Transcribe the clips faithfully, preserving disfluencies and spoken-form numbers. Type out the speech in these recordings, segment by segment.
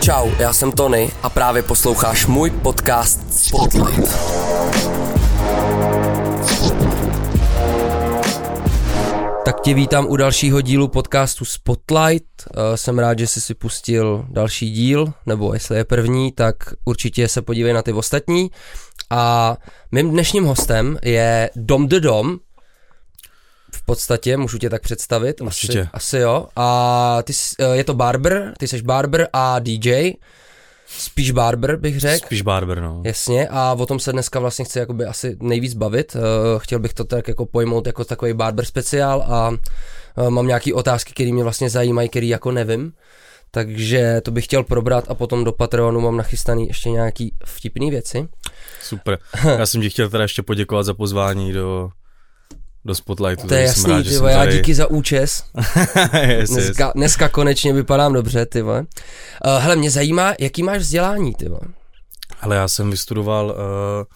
Čau, já jsem Tony a právě posloucháš můj podcast Spotlight. Tak tě vítám u dalšího dílu podcastu Spotlight. Jsem rád, že jsi si pustil další díl, nebo jestli je první, tak určitě se podívej na ty ostatní. A mým dnešním hostem je Dom the Dom. V podstatě, můžu tě tak představit? Určitě. Asi, asi jo. A ty, je to barber, ty jsi barber a D J. Spíš barber bych řekl. Spíš barber, no. Jasně, a o tom se dneska vlastně chci jakoby asi nejvíc bavit. Uh, chtěl bych to tak jako pojmout jako takový barber speciál a uh, mám nějaký otázky, které mě vlastně zajímají, které jako nevím. Takže to bych chtěl probrat a potom do Patreonu mám nachystaný ještě nějaký vtipný věci. Super. Já jsem ti chtěl teda ještě poděkovat za pozvání do, do Spotlightu. To je jasný, rád, ty vole, já díky za účes. yes, dneska, yes. dneska konečně vypadám dobře, ty vole. Uh, hele, mě zajímá, jaký máš vzdělání, ty vole. Hele, já jsem vystudoval uh,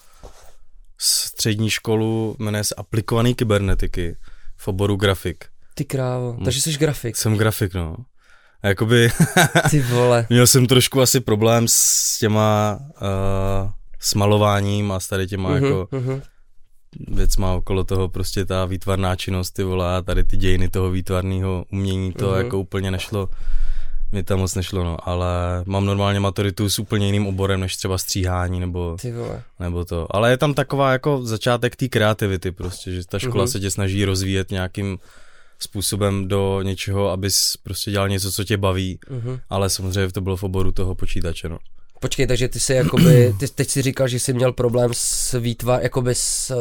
střední školu, jmenuje se aplikovaný kybernetiky v oboru grafik. Ty krávo, takže jsi grafik. Jsem grafik, no. A jakoby ty vole. Měl jsem trošku asi problém s těma uh, s malováním a s tady těma uh-huh, jako uh-huh. věcma okolo toho, prostě ta výtvarná činnost, ty vole, a tady ty dějiny toho výtvarného umění, to uh-huh. jako úplně nešlo, mi tam moc nešlo, no, ale mám normálně maturitu s úplně jiným oborem, než třeba stříhání, nebo, nebo to, ale je tam taková jako začátek té kreativity prostě, že ta škola uh-huh. se tě snaží rozvíjet nějakým způsobem do něčeho, abys prostě dělal něco, co tě baví, uh-huh. ale samozřejmě to bylo v oboru toho počítače, no. Počkej, takže ty jsi jakoby, ty teď si říkal, že jsi měl problém s výtvar, jakoby s...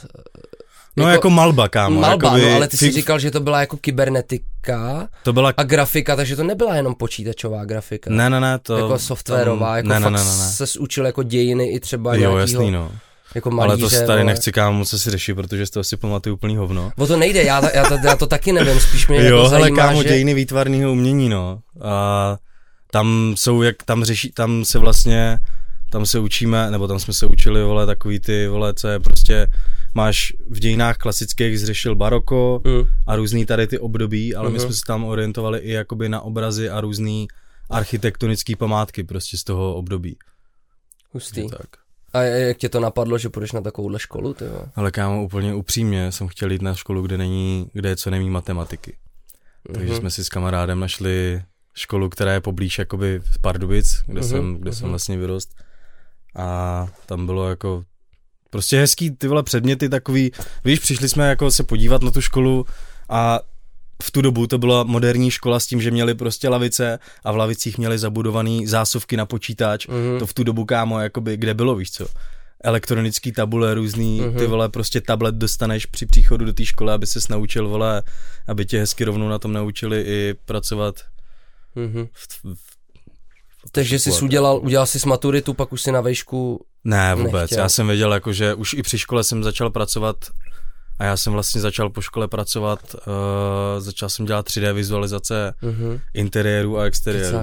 No jako, jako malba, kámo. Malba, no, ale ty jsi říkal, že to byla jako kybernetika to byla... a grafika, takže to nebyla jenom počítačová grafika. Ne, ne, ne, to... Jako softwarová, jako ne, fakt ne, ne, ne. ses učil jako dějiny i třeba jo, nějakýho... jasný, no. Jako malíře, ale to tady ale... nechci, kámo, co si řeší, protože z toho si pamatuju úplný hovno. O to nejde, já, já, to, já to taky nevím, spíš mě jo, jako hele, zajímá, kámo, že... dějiny výtvarného umění, no. A tam jsou, jak tam řeší, tam se vlastně, tam se učíme, nebo tam jsme se učili, vole, takový ty, vole, co je prostě, máš v dějinách klasických zřešil baroko mm. a různý tady ty období, ale mm-hmm. my jsme se tam orientovali i jakoby na obrazy a různý architektonické památky prostě z toho období. Hustý. Tak. A jak tě to napadlo, že půjdeš na takovouhle školu, ty jo? Ale kámo, úplně upřímně jsem chtěl jít na školu, kde není, kde je co nemí matematiky. Mm-hmm. Takže jsme si s kamarádem našli školu, která je poblíž jakoby v Pardubic, kde, mm-hmm. jsem, kde mm-hmm. jsem vlastně vyrost. A tam bylo jako prostě hezký ty vole předměty takový, víš, přišli jsme jako se podívat na tu školu a v tu dobu to byla moderní škola s tím, že měli prostě lavice a v lavicích měli zabudovaný zásuvky na počítač, mm-hmm. to v tu dobu, kámo, jakoby, kde bylo, víš co, elektronický tabule různý, mm-hmm. ty vole, prostě tablet dostaneš při příchodu do té školy, aby ses naučil, vole, aby tě hezky rovnou na tom naučili i pracovat. Mm-hmm. V, v, v Takže jsi udělal, udělal jsi maturitu, pak už si na vejšku Ne, vůbec, nechtěl. Já jsem věděl, jako, že už i při škole jsem začal pracovat. A já jsem vlastně začal po škole pracovat, uh, začal jsem dělat tři dé vizualizace uh-huh. interiéru a exteriéru.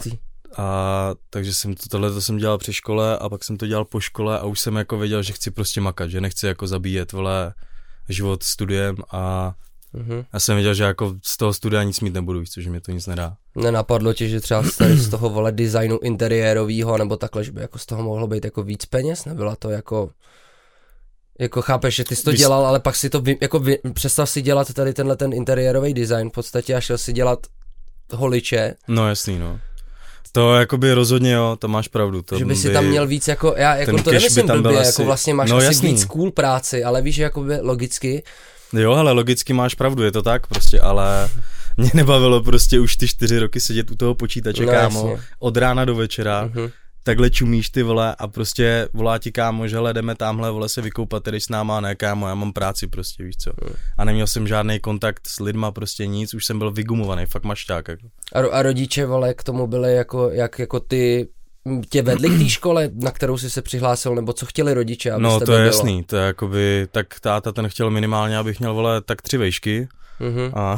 A takže jsem to, tohle to jsem dělal při škole a pak jsem to dělal po škole a už jsem jako věděl, že chci prostě makat, že nechci jako zabíjet, vole, život studiem a uh-huh. já jsem věděl, že jako z toho studia nic mít nebudu, což mi to nic nedá. Nenapadlo ti, že třeba tady z toho, vole, designu interiérovýho nebo takhle, že by jako z toho mohlo být jako víc peněz, nebyla to jako... Jako chápeš, že ty jsi to Vys... dělal, ale pak si to, vy, jako vy, přestal si dělat tady tenhle ten interiérový design v podstatě a šel si dělat holiče. No jasný, no. To jakoby rozhodně jo, to máš pravdu. To že by by... si tam měl víc jako, já jako to nemyslím blbě, asi... jako vlastně máš no, asi jasný. Víc cool práci, ale víš, že jakoby logicky. Jo, ale logicky máš pravdu, je to tak prostě, ale mě nebavilo prostě už ty čtyři roky sedět u toho počítače, no, kámo, jasně. Od rána do večera. Uh-huh. Takhle čumíš ty vole a prostě volá ti kámo, že hele, jdeme tamhle vole se vykoupat, tedy s náma, ne kámo, já mám práci prostě, víš co. A neměl jsem žádný kontakt s lidma, prostě nic, už jsem byl vygumovaný, fakt mašťák. Jako. A, a rodiče vole k tomu byli jako, jak jako ty, tě vedli k té škole, na kterou jsi se přihlásil, nebo co chtěli rodiče, aby no to to je bylo? Jasný, to je jakoby, tak táta ten chtěl minimálně, abych měl vole tak tři vejšky. Mm-hmm. A...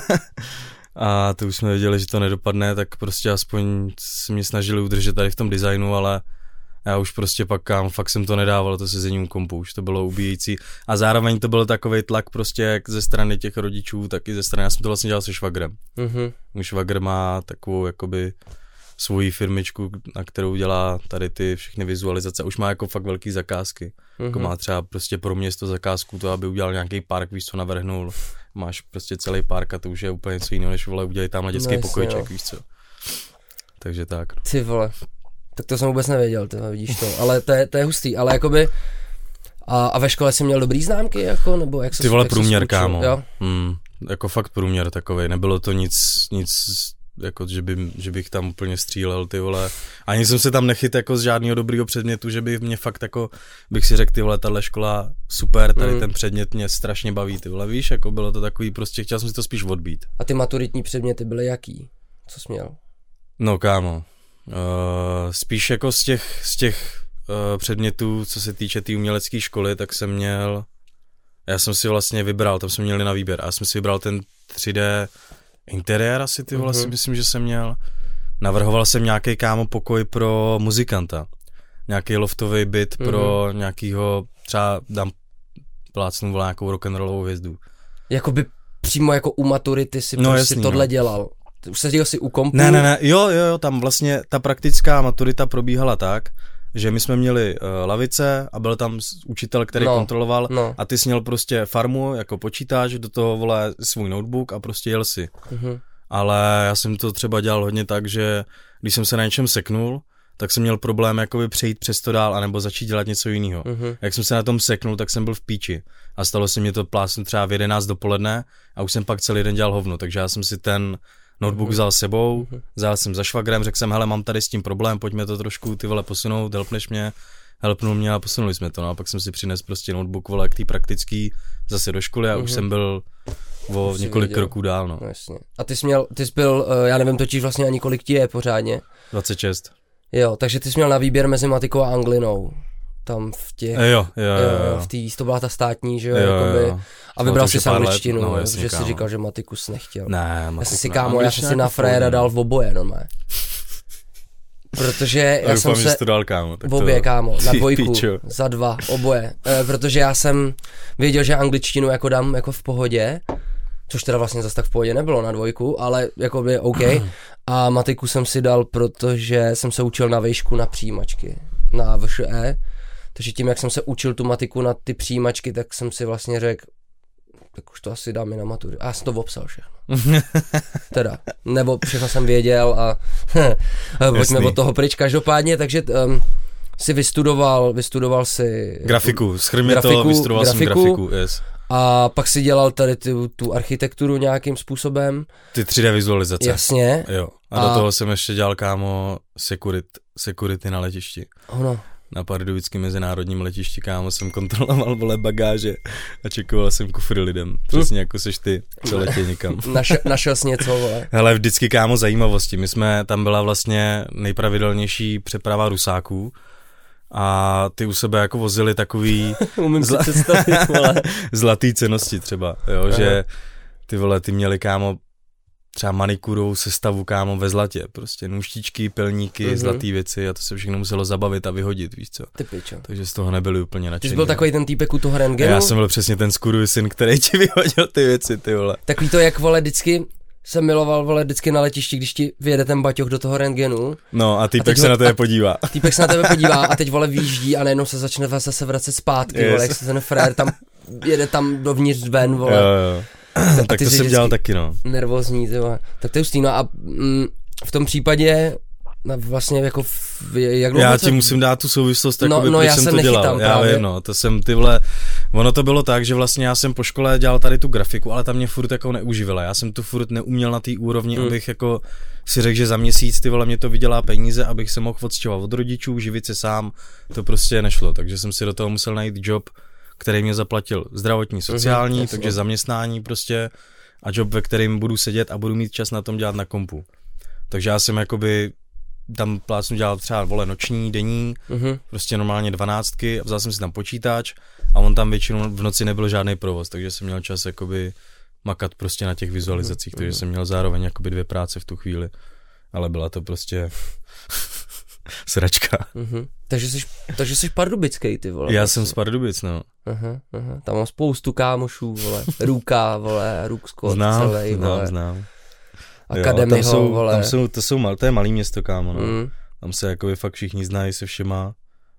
A to už jsme věděli, že to nedopadne, tak prostě aspoň se mě snažili udržet tady v tom designu, ale já už prostě pak kam, fakt jsem to nedával, to sezení kompu, už to bylo ubíjející. A zároveň to byl takovej tlak prostě jak ze strany těch rodičů, tak i ze strany, já jsem to vlastně dělal se švagrem. Mm-hmm. Můj švagr má takovou jakoby svoji firmičku, na kterou dělá tady ty všechny vizualizace. Už má jako fakt velký zakázky. Mm-hmm. Jako má třeba prostě pro město zakázku to, aby udělal nějaký park, víš co, navrhnul. Máš prostě celý park a to už je úplně něco jiného, než vole udělej tamhle dětský no, pokojček, no. Víš co. Takže tak. Ty vole, tak to jsem vůbec nevěděl, ty vidíš to, ale to je, to je hustý, ale jakoby a, a ve škole jsi měl dobrý známky, jako, nebo jak se ty vole průměr, kámo. Hmm, jako fakt průměr takovej, nebylo to nic, nic jako, že, by, že bych tam úplně střílel, ty vole. Ani jsem se tam nechyt jako z žádného dobrýho předmětu, že by mě fakt jako, bych si řekl, ty vole, tahle škola super, tady mm. ten předmět mě strašně baví, ty vole, víš, jako bylo to takový, prostě chtěl jsem si to spíš odbít. A ty maturitní předměty byly jaký? Co jsi měl? No kámo, uh, spíš jako z těch, z těch uh, předmětů, co se týče té tý umělecké školy, tak jsem měl, já jsem si vlastně vybral, tam jsme měli na výběr, a já jsem si vybral ten tři dé interiér asi, ty vole, mm-hmm. si myslím, že jsem měl. Navrhoval jsem nějaký kámo pokoj pro muzikanta. Nějaký loftový byt mm-hmm. pro nějakýho, třeba dám plácnu vole nějakou rock'n'rollovou hvězdu. Jakoby přímo jako u maturity si no, prostě jasný, tohle no. dělal. Už se dělal si u kompu? Ne, ne, ne, jo, jo, jo, tam vlastně ta praktická maturita probíhala tak, že my jsme měli uh, lavice a byl tam učitel, který no, kontroloval no. a ty jsi měl prostě farmu jako počítač, do toho vole svůj notebook a prostě jel si. Mm-hmm. Ale já jsem to třeba dělal hodně tak, že když jsem se na něčem seknul, tak jsem měl problém jakoby přejít přes to dál, anebo začít dělat něco jiného. Mm-hmm. Jak jsem se na tom seknul, tak jsem byl v píči. A stalo se mi to plásnu třeba v jedenáct dopoledne a už jsem pak celý den dělal hovno, takže já jsem si ten notebook mm-hmm. vzal sebou, mm-hmm. vzal jsem za švagrem, řekl jsem, hele, mám tady s tím problém, pojďme to trošku ty vole posunout, helpneš mě, helpnul mě a posunuli jsme to, no a pak jsem si přinesl prostě notebook, vole, k tý praktický, zase do školy a mm-hmm. už jsem byl o už několik věděl. kroků dál, no. no jasně. A ty jsi měl, ty jsi byl, já nevím totiž vlastně ani kolik ti je pořádně. dvacet šest. Jo, takže ty jsi měl na výběr mezi matikou a anglinou. Tam v těch, e jo, jo, jo, jo. v té, to byla ta státní, že jo, jo, jakoby, jo. A vybral si angličtinu, no, protože kámo. jsi říkal, že matiku jsi nechtěl. Ne, matiku, já jsem si, ne, kámo, já jsem si na frajera dal v oboje, normálně. Protože já doufám, jsem se... to dal, kámo. V obě, kámo, na dvojku, za dva, oboje. E, protože já jsem věděl, že angličtinu jako dám jako v pohodě, což teda vlastně zase tak v pohodě nebylo na dvojku, ale jako by OK. A matiku jsem si dal, protože jsem se učil na vejšku na přijímačky, na V Š E. Takže tím, jak jsem se učil tu matiku na ty přijímačky, tak jsem si vlastně řekl, tak už to asi dám i na maturu. A já jsem to obsal všechno. Teda, nebo všechno jsem věděl a pojďme od toho pryč každopádně, takže um, si vystudoval, vystudoval si... Grafiku, schrmě to, vystudoval grafiku, jsem grafiku, yes. A pak si dělal tady tu, tu architekturu nějakým způsobem. Ty tři dé vizualizace. Jasně. Jo. A, a do toho jsem ještě dělal, kámo, securit, security na letišti. Ono. Na Pardubickém mezinárodním letišti, kámo, jsem kontroloval, vole, bagáže a čekoval jsem kufry lidem. Přesně jako seš ty, co letí někam. Našel, našel jsi něco, vole. Hele, vždycky, kámo, zajímavosti. My jsme, tam byla vlastně nejpravidelnější přeprava Rusáků a ty u sebe jako vozili takový Umím zla... si představit, vole. Zlatý cennosti třeba, jo, Aha. že ty vole, ty měli, kámo, třeba manikurovou sestavu, kámo, ve zlatě, prostě nůštičky, pilníky, mm-hmm. zlatý věci a to se všechno muselo zabavit a vyhodit, víš co. Ty pičo. Takže z toho nebyli úplně nadšení. Ty jsi byl takový ten týpek u toho rentgenu? Já jsem byl přesně ten skurvysyn, který ti vyhodil ty věci, ty vole. Takový to, jak, vole, vždycky jsem miloval, vole, vždycky na letišti, když ti vyjede ten baťoch do toho rentgenu. No a týpek a se na tebe podívá. A týpek se na tebe podívá a teď, vole, výjíždí a najednou se začne zase vracet zpátky, yes. vole, jak se ten frér tam jede tam dovnitř ven, vole. Jo, jo. Tak to jsem dělal taky, no. Nervózní, ty vole. Tak to je hustý, no a mm, v tom případě vlastně jako v, jak dlouho já se... ti musím dát tu souvislost, no, jakoby, no, proč já jsem se to dělal. Já vím, no, to jsem ty vole, ono to bylo tak, že vlastně já jsem po škole dělal tady tu grafiku, ale ta mě furt jako neuživila. Já jsem tu furt neuměl na té úrovni, hmm. abych jako si řekl, že za měsíc ty vole mě to vydělá peníze, abych se mohl odstěhovat od rodičů, živit se sám, to prostě nešlo, takže jsem si do toho musel najít job, který mě zaplatil zdravotní, sociální, hmm, takže zaměstnání prostě a job, ve kterým budu sedět a budu mít čas na tom dělat na kompu. Takže já jsem jakoby tam plácnu dělal třeba, vole, noční, denní, uh-huh. prostě normálně dvanáctky a vzal jsem si tam počítač a on tam většinou v noci nebyl žádný provoz, takže jsem měl čas jakoby makat prostě na těch vizualizacích, uh-huh. takže jsem měl zároveň jakoby dvě práce v tu chvíli, ale byla to prostě sračka. Uh-huh. Takže jsi, takže jsi pardubický, ty vole. Já vlastně. jsem z Pardubic, no. Aha, aha. Tam mám spoustu kámošů, vole, Ruka, vole, Ruksko, znám, celý, znám, vole. znám. Akademii, tam jsou, vole. Tam jsou, to, jsou mal, to je malý město, kámo, no. Mm. Tam se jakoby fakt všichni znají se všema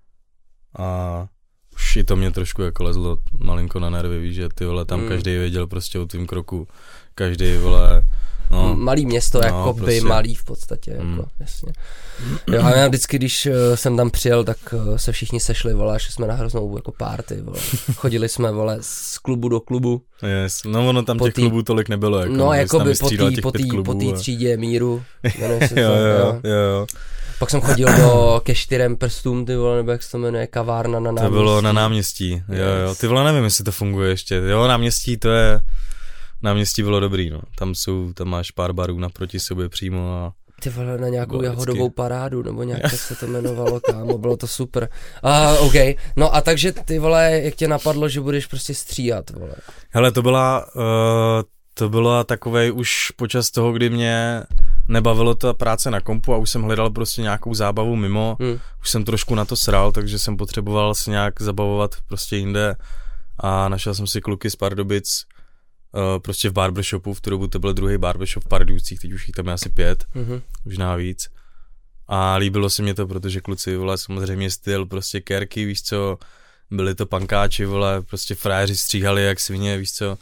a už i to mě trošku jako lezlo malinko na nervy, víš, že ty vole, tam mm. každý věděl prostě o tvým kroku, každý vole, no. Malý město, no, jako by prostě. Malý v podstatě, jako, mm. jasně. Jo, a já vždycky, když uh, jsem tam přijel, tak uh, se všichni sešli, vole, a šli jsme na hroznou jako party, vole. Chodili jsme, vole, z klubu do klubu. Yes. No ono tam po těch tý... klubů tolik nebylo, jako. No, jako by po té po po a... třídě míru. Se jo, to, jo, jo, jo. Pak jsem chodil do ke čtyřem prstům, ty vole, nebo jak se to jmenuje, kavárna na náměstí. To bylo na náměstí, jo, jo. Ty vole, nevím, jestli to funguje ještě. Jo, náměstí to je, náměstí bylo dobrý, no. Tam jsou, tam máš pár barů naproti sobě přímo a... Ty vole, na nějakou jahodovou parádu, nebo nějak tak se to jmenovalo, kámo, bylo to super. A uh, OK, no a takže ty vole, jak tě napadlo, že budeš prostě stříhat, vole? Hele, to byla, uh, to byla takovej už počas toho, kdy mě nebavilo ta práce na kompu a už jsem hledal prostě nějakou zábavu mimo, hmm. už jsem trošku na to sral, takže jsem potřeboval se nějak zabavovat prostě jinde a našel jsem si kluky z Pardubic, Uh, prostě v barbershopu, v tu dobu to byl druhý barbershop v Pardubicích, teď už jich tam je asi pět, mm-hmm. možná víc. A líbilo se mě to, protože kluci, vole, samozřejmě styl, prostě kerky, víš co, byli to pankáči, vole, prostě frajeři stříhali jak svině, víš co.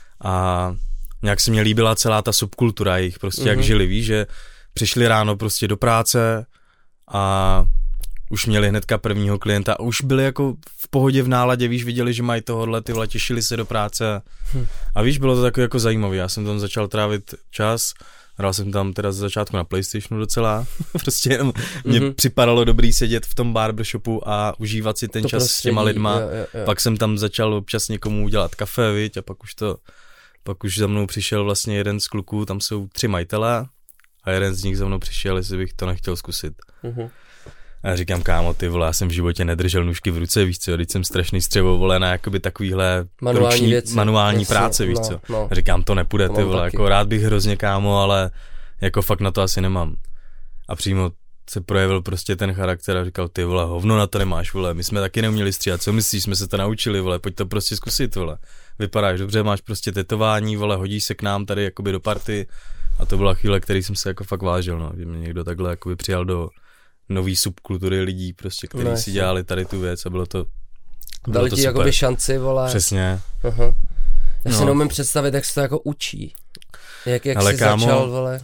A nějak se mě líbila celá ta subkultura jejich, prostě mm-hmm. jak žili, víš, že přišli ráno prostě do práce a už měli hnedka prvního klienta a už byli jako v pohodě v náladě, víš, viděli, že mají tohodle, ty vole, těšili se do práce hm. a víš, bylo to takový jako zajímavý, já jsem tam začal trávit čas, hrál jsem tam teda z začátku na PlayStationu docela, prostě jenom mě mm-hmm. připadalo dobrý sedět v tom barbershopu a užívat si ten to čas prostředí, s těma lidma, jo, jo, jo. Pak jsem tam začal občas někomu udělat kafe, viď, a pak už to, pak už za mnou přišel vlastně jeden z kluků, tam jsou tři majitelé a jeden z nich za mnou přišel, jestli bych to nechtěl zkusit. Mm-hmm. A já říkám, kámo, ty vole, já jsem v životě nedržel nůžky v ruce, víš co, teď jsem strašný střevo, vole, na jakoby takovýhle manuální, ruční, věci, manuální věci, práce, víš no, co. No. A říkám, to nepůjde, to ty vole, taky. jako rád bych hrozně, kámo, ale jako fakt na to asi nemám. A přímo se projevil prostě ten charakter a říkal, ty vole, hovno na to nemáš, vole, my jsme taky neuměli stříhat, co myslíš, jsme se to naučili, vole, pojď to prostě zkusit, vole. Vypadáš dobře, máš prostě tetování, vole, hodíš se k nám tady jakoby do party a to byla chvíle, který jsem se jako fakt vážil, no, že mě někdo takhle jakoby přijal do nový subkultury lidí, prostě, kteří no, si dělali tady tu věc a bylo to bylo dali to ti super. Jakoby šanci, vole. Přesně. Aha. Já no. si neumím představit, jak se to jako učí. Jak, jak ale jsi kámo, začal, vole.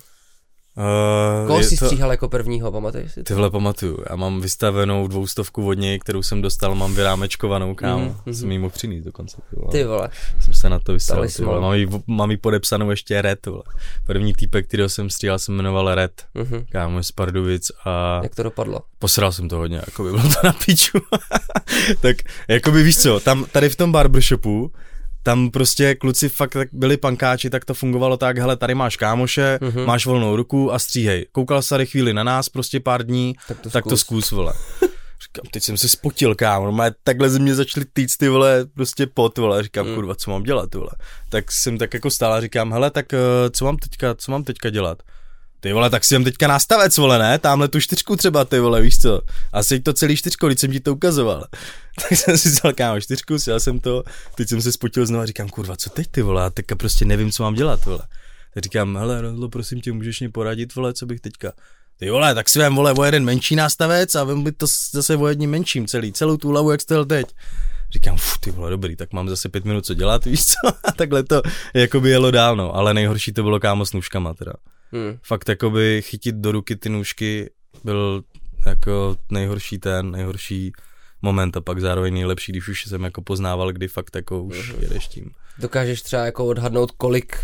Uh, Koho jsi to... stříhal jako prvního, pamatuješ si to? Tyhle pamatuju, já mám vystavenou dvoustovku od něj, kterou jsem dostal, mám vyrámečkovanou, kámo, mm, jsem jí mohl přinést dokonce. Ty vole. Ty vole. Jsem se na to vystal, ty vole. Mám jí, mám jí podepsanou ještě Red, vole. První týpek, kterýho jsem stříhal, se jmenoval Red, mm-hmm. kámo, z Pardubic a... Jak to dopadlo? Posral jsem to hodně, jako by bylo to na piču. Tak, jako by víš co, tam, tady v tom barbershopu, tam prostě kluci fakt tak byli pankáči, tak to fungovalo tak, hele, tady máš kámoše, mm-hmm. máš volnou ruku a stříhej. Koukal se tady chvíli na nás, prostě pár dní, tak to, tak zkus. to zkus, vole. Říkám, teď jsem se spotil, kámo, no, takhle ze mě začaly týct, ty vole, prostě pot, vole, říkám, mm. kurva, co mám dělat, vole. Tak jsem tak jako stál a říkám, hele, tak co mám teďka, co mám teďka dělat? Ty vole, tak si jen teďka nástavec, vole, ne? Támhle tu čtyřku třeba, ty vole, víš co? A seď to celý čtyřko, když jsem ti to ukazoval. Tak jsem si vzal, kámo, čtyřku, sjel jsem to, teď jsem se spotil znovu a říkám, kurva, co teď, ty vole, a teďka prostě nevím, co mám dělat, vole. Tak říkám, hele, Rozlo, prosím tě, můžeš mi poradit, vole, co bych teďka... Ty vole, tak si vem, vole, o jeden menší nástavec a vem by to zase o jedním menším celý, celou tu hlavu, jak jste jel teď. Říkám, uf, ty vole, dobrý, tak mám zase pět minut co dělat, víš co? A takhle to jakoby jelo dál, no, ale nejhorší to bylo, kámo, s nůžkama teda. Hmm. Fakt jakoby chytit do ruky ty nůžky byl jako nejhorší ten, nejhorší moment a pak zároveň nejlepší, když už jsem jako poznával, kdy fakt jako už hmm. jedeš tím. Dokážeš třeba jako odhadnout, kolik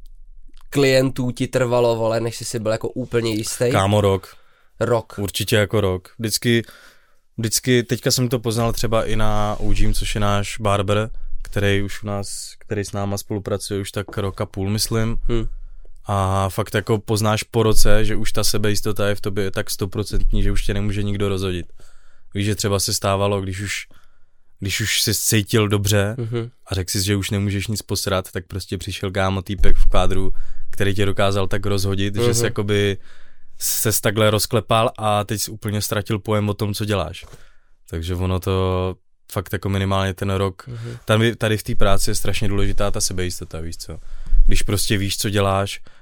klientů ti trvalo, vole, než jsi si byl jako úplně jistý? Kámo, rok. Rok. Určitě jako rok. Vždycky, vždycky, teďka jsem to poznal třeba i na O G, což je náš barber, který už u nás, který s náma spolupracuje už tak rok a půl, myslím. Hmm. A fakt jako poznáš po roce, že už ta sebejistota je v tobě tak stoprocentní, že už tě nemůže nikdo rozhodit. Víš, že třeba se stávalo, když už, když už se cítil dobře mm-hmm. a řekl si, že už nemůžeš nic posrat, tak prostě přišel kámo týpek v kádru, který tě dokázal tak rozhodit, mm-hmm. že se jakoby ses takhle rozklepal a teď jsi úplně ztratil pojem o tom, co děláš. Takže ono to fakt jako minimálně ten rok, mm-hmm. tady, tady v té práci je strašně důležitá ta sebejistota, víš co. Když prostě víš, co děláš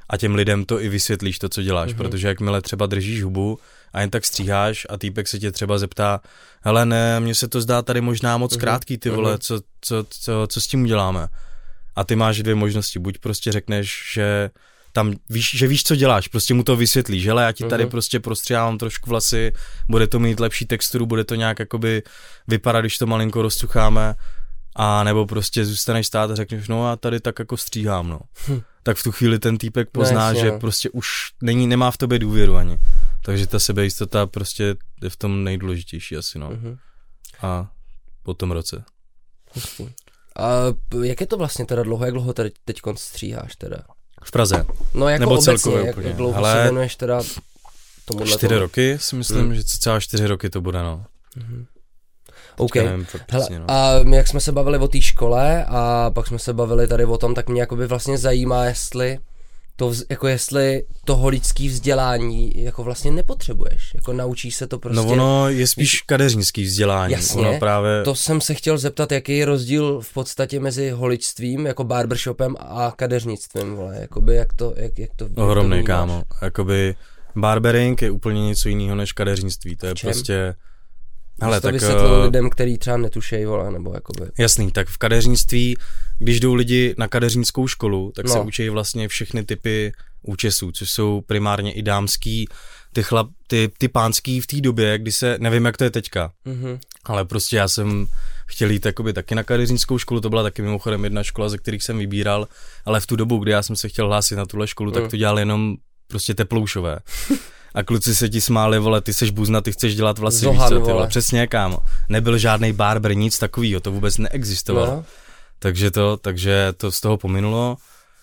a těm lidem to i vysvětlíš, to, co děláš, mm-hmm. protože jakmile třeba držíš hubu a jen tak stříháš a týpek se tě třeba zeptá, hele ne, mně se to zdá tady možná moc mm-hmm. krátký, ty vole, co, co, co, co s tím uděláme? A ty máš dvě možnosti, buď prostě řekneš, že tam víš, že víš, co děláš, prostě mu to vysvětlíš, hele, já ti tady uh-huh. prostě prostříhávám trošku vlasy, bude to mít lepší texturu, bude to nějak jakoby vypadat, když to malinko rozcucháme, a nebo prostě zůstaneš stát a řekneš, no a tady tak jako stříhám, no. Hm. Tak v tu chvíli ten týpek pozná, no, že no. prostě už není, nemá v tobě důvěru ani. Takže ta sebejistota prostě je v tom nejdůležitější asi, no. Uh-huh. A po tom roce. Hustý. A jak je to vlastně teda dlouho, jak dlouho teď teďkon stříháš teda? V Praze. No jako nebo obecně, celkově jak, úplně. jak dlouho ale se věnuješ teda tomuhle čtyři tomu? roky si myslím, hmm. že celá čtyři roky to bude, no. Hmm. OK. Nevím, Hele, no. A jak jsme se bavili o té škole a pak jsme se bavili tady o tom, tak mě jakoby vlastně zajímá, jestli to, jako jestli toho lidský vzdělání jako vlastně nepotřebuješ, jako naučíš se to prostě. No ono je spíš kadeřnický vzdělání. Jasně, ono právě... to jsem se chtěl zeptat, jaký je rozdíl v podstatě mezi holičstvím, jako barbershopem a kadeřnictvím, vole, jakoby jak to, jak, jak to Ohromnej, kámo, jakoby barbering je úplně něco jiného než kadeřnictví, to je prostě... Hele, to vysvětlil lidem, který třeba netušejí, vole, nebo jakoby... Jasný, tak v kadeřnictví, když jdou lidi na kadeřnickou školu, tak no. se učí vlastně všechny typy účesů, což jsou primárně i dámský, ty, chlap, ty, ty pánský v té době, kdy se, nevím jak to je teďka, mm-hmm. ale prostě já jsem chtěl jít jakoby taky na kadeřnickou školu, to byla taky mimochodem jedna škola, ze kterých jsem vybíral, ale v tu dobu, kdy já jsem se chtěl hlásit na tuhle školu, mm. tak to dělal jenom prostě teploušové. A kluci se ti smáli, vole, ty seš buzna, ty chceš dělat vlasy, Zohan, víš co, ty vole, přesně, kámo. Nebyl žádný barber, nic takovýho, to vůbec neexistovalo. No. Takže to, takže to z toho pominulo.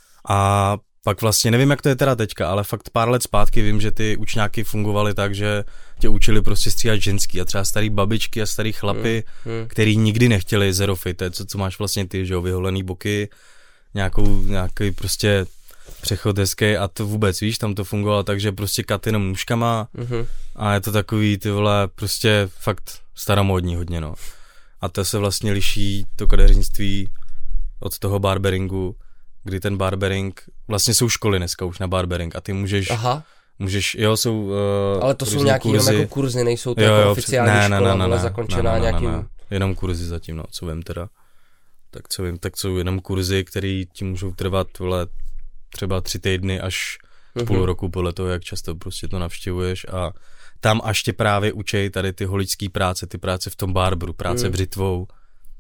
A pak vlastně, nevím, jak to je teda teďka, ale fakt pár let zpátky vím, že ty učňáky fungovaly tak, že tě učili prostě stříhat ženský a třeba starý babičky a starý chlapy, mm, mm. který nikdy nechtěli zero fit, to je co, co máš vlastně ty, že jo, vyholený boky, nějakou, nějaký prostě přechod hezký a to vůbec, víš, tam to fungovalo tak, že prostě kat jenom nůžkama mm-hmm. a je to takový, ty vole, prostě fakt staromódní hodně, no. A to se vlastně liší to kadeřnictví od toho barberingu, kdy ten barbering, vlastně jsou školy dneska už na barbering a ty můžeš, Aha. můžeš, jo, jsou uh, ale to jsou nějaký kurzy. Jenom jako kurzy, nejsou to jo, jako jo, oficiální ne, škola, ne, ne, ne, zakončená ne, ne, nějakým... Ne, ne. Jenom kurzy zatím, no, co vím teda. Tak co vím, tak jsou jenom kurzy, které ti můžou trvat, vole, třeba tři týdny až mm-hmm. půl roku podle toho, jak často prostě to navštěvuješ a tam až tě právě učej tady ty holičský práce, ty práce v tom barberu, práce mm. břitvou, uh,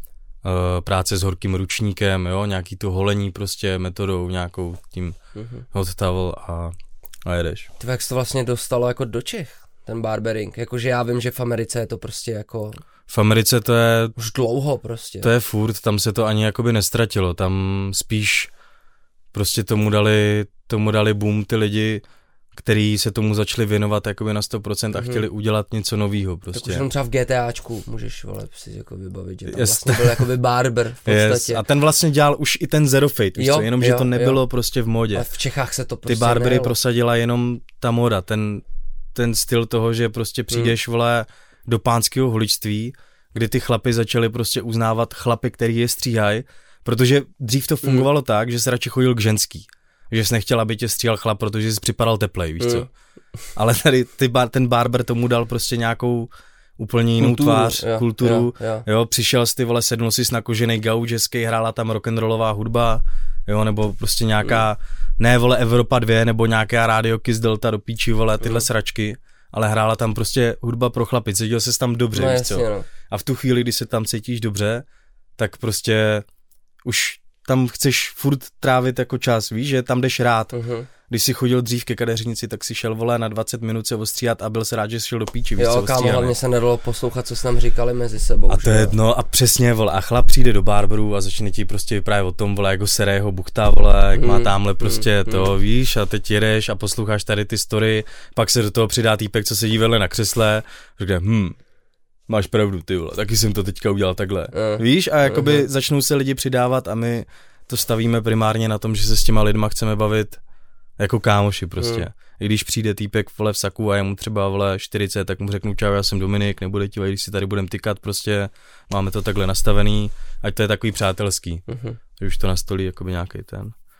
práce s horkým ručníkem, jo, nějaký to holení prostě metodou nějakou tím mm-hmm. hot towel a, a jedeš. Ty jak se to vlastně dostalo jako do Čech, ten barbering, jakože já vím, že v Americe je to prostě jako... V Americe to je... Už dlouho prostě. To je furt, tam se to ani jakoby nestratilo, tam spíš prostě tomu dali, tomu dali boom ty lidi, který se tomu začali věnovat jakoby na sto procent a mm-hmm. chtěli udělat něco novýho prostě. Tak už jenom třeba v GTAčku můžeš, vole, si jako vybavit, že tam yes. vlastně byl jakoby barber v podstatě. Yes. A ten vlastně dělal už i ten zero fade, jo, jenom, jo, že to nebylo jo. prostě v modě. A v Čechách se to prostě ty barbery nejelo. Prosadila jenom ta moda, ten, ten styl toho, že prostě přijdeš, mm. vole, do pánského holičství, kdy ty chlapy začali prostě uznávat chlapy, který je stříhají, protože dřív to fungovalo mm. tak, že se radši chodil k ženský. Že jsi nechtěl, aby tě stříhal chlap, protože jsi připadal teplej, víš co. Mm. Ale tady ty bar, ten barber tomu dal prostě nějakou úplně jinou kulturu, tvář, jo, kulturu. Jo, jo. jo, přišel jsi, ty vole, sednul jsi na koženej gauč, hezký, hrála tam rock'n'rollová hudba, jo, nebo prostě nějaká, mm. ne, vole, Evropa dva, nebo nějaká Radio Kiss Delta do píči, vole, tyhle mm. sračky, ale hrála tam prostě hudba pro chlapy, cítil ses tam dobře, no, víš jasně, co. No. A v tu chvíli, kdy se tam cítíš dobře, tak prostě už tam chceš furt trávit jako čas, víš, že tam jdeš rád. Uh-huh. Když jsi chodil dřív ke kadeřnici, tak si šel, vole, na dvacet minut se ostříhat a byl se rád, že jsi šel do píči, víš, jo, co kámo, hlavně se nedalo poslouchat, co jsi nám říkali mezi sebou. A to je, no a přesně, vole, a chlap přijde do barberu a začne ti prostě vyprávět o tom, vole, jako sere jeho buchta, vole, jak mm, má tamhle prostě mm, to, mm. víš, a teď jedeš a posloucháš tady ty story, pak se do toho přidá týpek, co sedí vedle na křesle, řekne, hm, máš pravdu, ty vole, taky jsem to teďka udělal takhle, uh, víš, a jakoby uh-huh. začnou se lidi přidávat a my to stavíme primárně na tom, že se s těma lidma chceme bavit jako kámoši prostě. Hmm. I když přijde týpek, vole, v saku a je mu třeba, vole, čtyřicet, tak mu řeknu čau, já jsem Dominik, nebude ti, když si tady budem tykat, prostě máme to takhle nastavený, ať to je takový přátelský. Hmm. Že už to nastolí jakoby nějaký ten.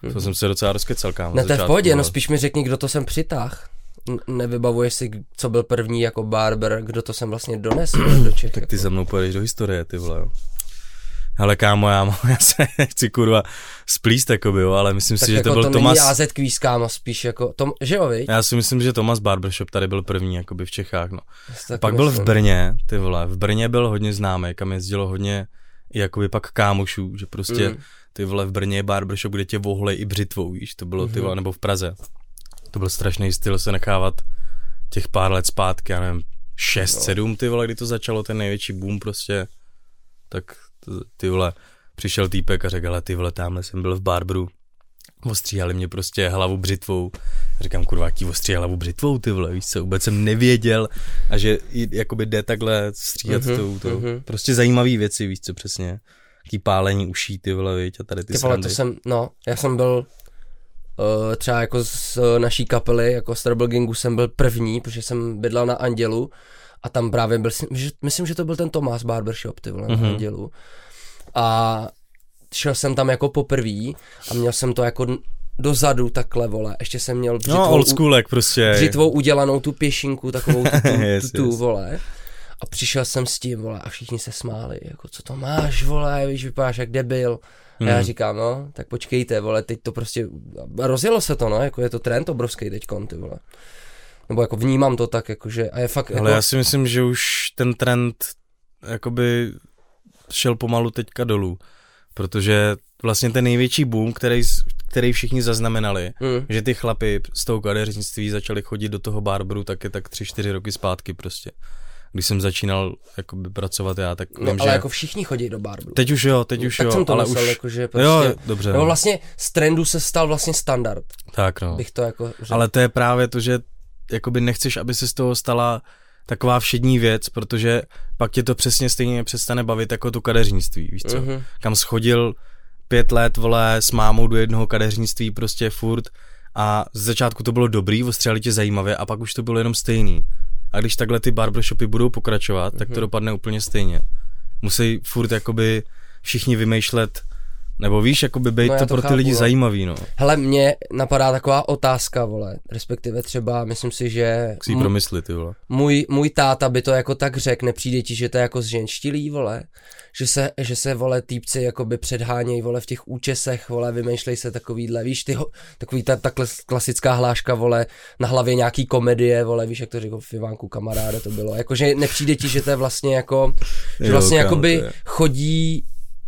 Mm-hmm. To jsem se docela rozkecal, kámo. Ne, to je v pohodě, no spíš mi řekni, kdo to sem přitáh. Nevybavuješ si, co byl první jako barber, kdo to sem vlastně donesl do Čech. Tak ty jako. za mnou pojedeš do historie, ty vole. Ale kámo, já, já se chci kurva splíst, jakoby, jo, ale myslím tak si, jako že to byl to Tomas... není á zet Quiz, kámo, spíš jako, Tom, že jo, viď? Já si myslím, že Tomas Barbershop tady byl první, jakoby v Čechách, no. Pak myslím. byl v Brně, ty vole, v Brně byl hodně známý, kam jezdilo hodně, jakoby pak kámošů, že prostě, mm. ty vole, v Brně je barbershop, kde tě vohlej i břitvou, víš, to bylo, ty vole, nebo v Praze. To byl strašný styl se nechávat těch pár let zpátky, já nevím, šest, sedm, ty vole, kdy to začalo, ten největší boom prostě, tak ty vole, přišel týpek a řekl, ale ty vole, tamhle jsem byl v barberu, ostříhali mě prostě hlavu břitvou. A říkám, kurva, tí ostříhali hlavu břitvou, ty vole, víš co, vůbec jsem nevěděl a že jakoby jde takhle stříhat uh-huh, tou, tou, uh-huh. prostě zajímavý věci, víš co, přesně, taký pálení uší, ty vole, víš, a tady ty, ty vole, to jsem, no, já jsem byl uh, třeba jako z uh, naší kapely, jako z Trouble Gangu jsem byl první, protože jsem bydlel na Andělu a tam právě byl, že, myslím, že to byl ten Tomas Barbershop, ty vole, uh-huh. na Andělu. A šel jsem tam jako poprvý a měl jsem to jako dozadu takhle, vole, ještě jsem měl břitvou, no, old schoolek prostě. Břitvou udělanou tu pěšinku, takovou tu, tu, yes, tu, tu yes. vole. A přišel jsem s tím, vole, a všichni se smáli, jako co to máš, vole, víš, vypadáš jak debil. Hmm. A já říkám, no, tak počkejte, vole, teď to prostě, rozjelo se to, no, jako je to trend obrovský teďkon, ty vole. Nebo jako vnímám to tak, jakože, a je fakt, ale jako... já si myslím, že už ten trend, jakoby, šel pomalu teďka dolů. Protože vlastně ten největší boom, který, který všichni zaznamenali, mm. že ty chlapy z toho kadeřnictví začali chodit do toho barberu, tak je tak tři, čtyři roky zpátky prostě. Když jsem začínal jakoby pracovat já, tak no, vím, ale že... jako všichni chodí do barberu. Teď už jo, teď no, už tak jo, jsem to ale myslel, už... jako, že prostě... Jo, dobře. Nebo vlastně z trendu se stal vlastně standard. Tak no. Bych to jako řekl. Ale to je právě to, že jakoby nechceš, aby se z toho stala taková všední věc, protože pak tě to přesně stejně přestane bavit jako to kadeřnictví, víš co? Mm-hmm. Kam schodil pět let, vole, s mámou do jednoho kadeřnictví prostě furt a z začátku to bylo dobrý, ostřihali tě zajímavě a pak už to bylo jenom stejný. A když takhle ty barbershopy budou pokračovat, mm-hmm. tak to dopadne úplně stejně. Musí furt jakoby všichni vymýšlet, nebo víš, jakoby být no to, to pro ty chápu, lidi no. zajímavý, no. Hele, mně napadá taková otázka, vole, respektive třeba, myslím si, že... Chci jí promyslit, ty vole. Můj, můj táta by to jako tak řekl, nepřijde ti, že to je jako zženštilý, vole, že se, že se, vole, týpci jakoby předhánějí, vole, v těch účesech, vole, vymýšlej se takovýhle, víš, ty, takový ta, takhle klasická hláška, vole, na hlavě nějaký komedie, vole, víš, jak to řekl v Ivánku kamaráde to bylo, jakože nepřijde ti, že to je vlastně jako, že vlastně jo, jakoby chodí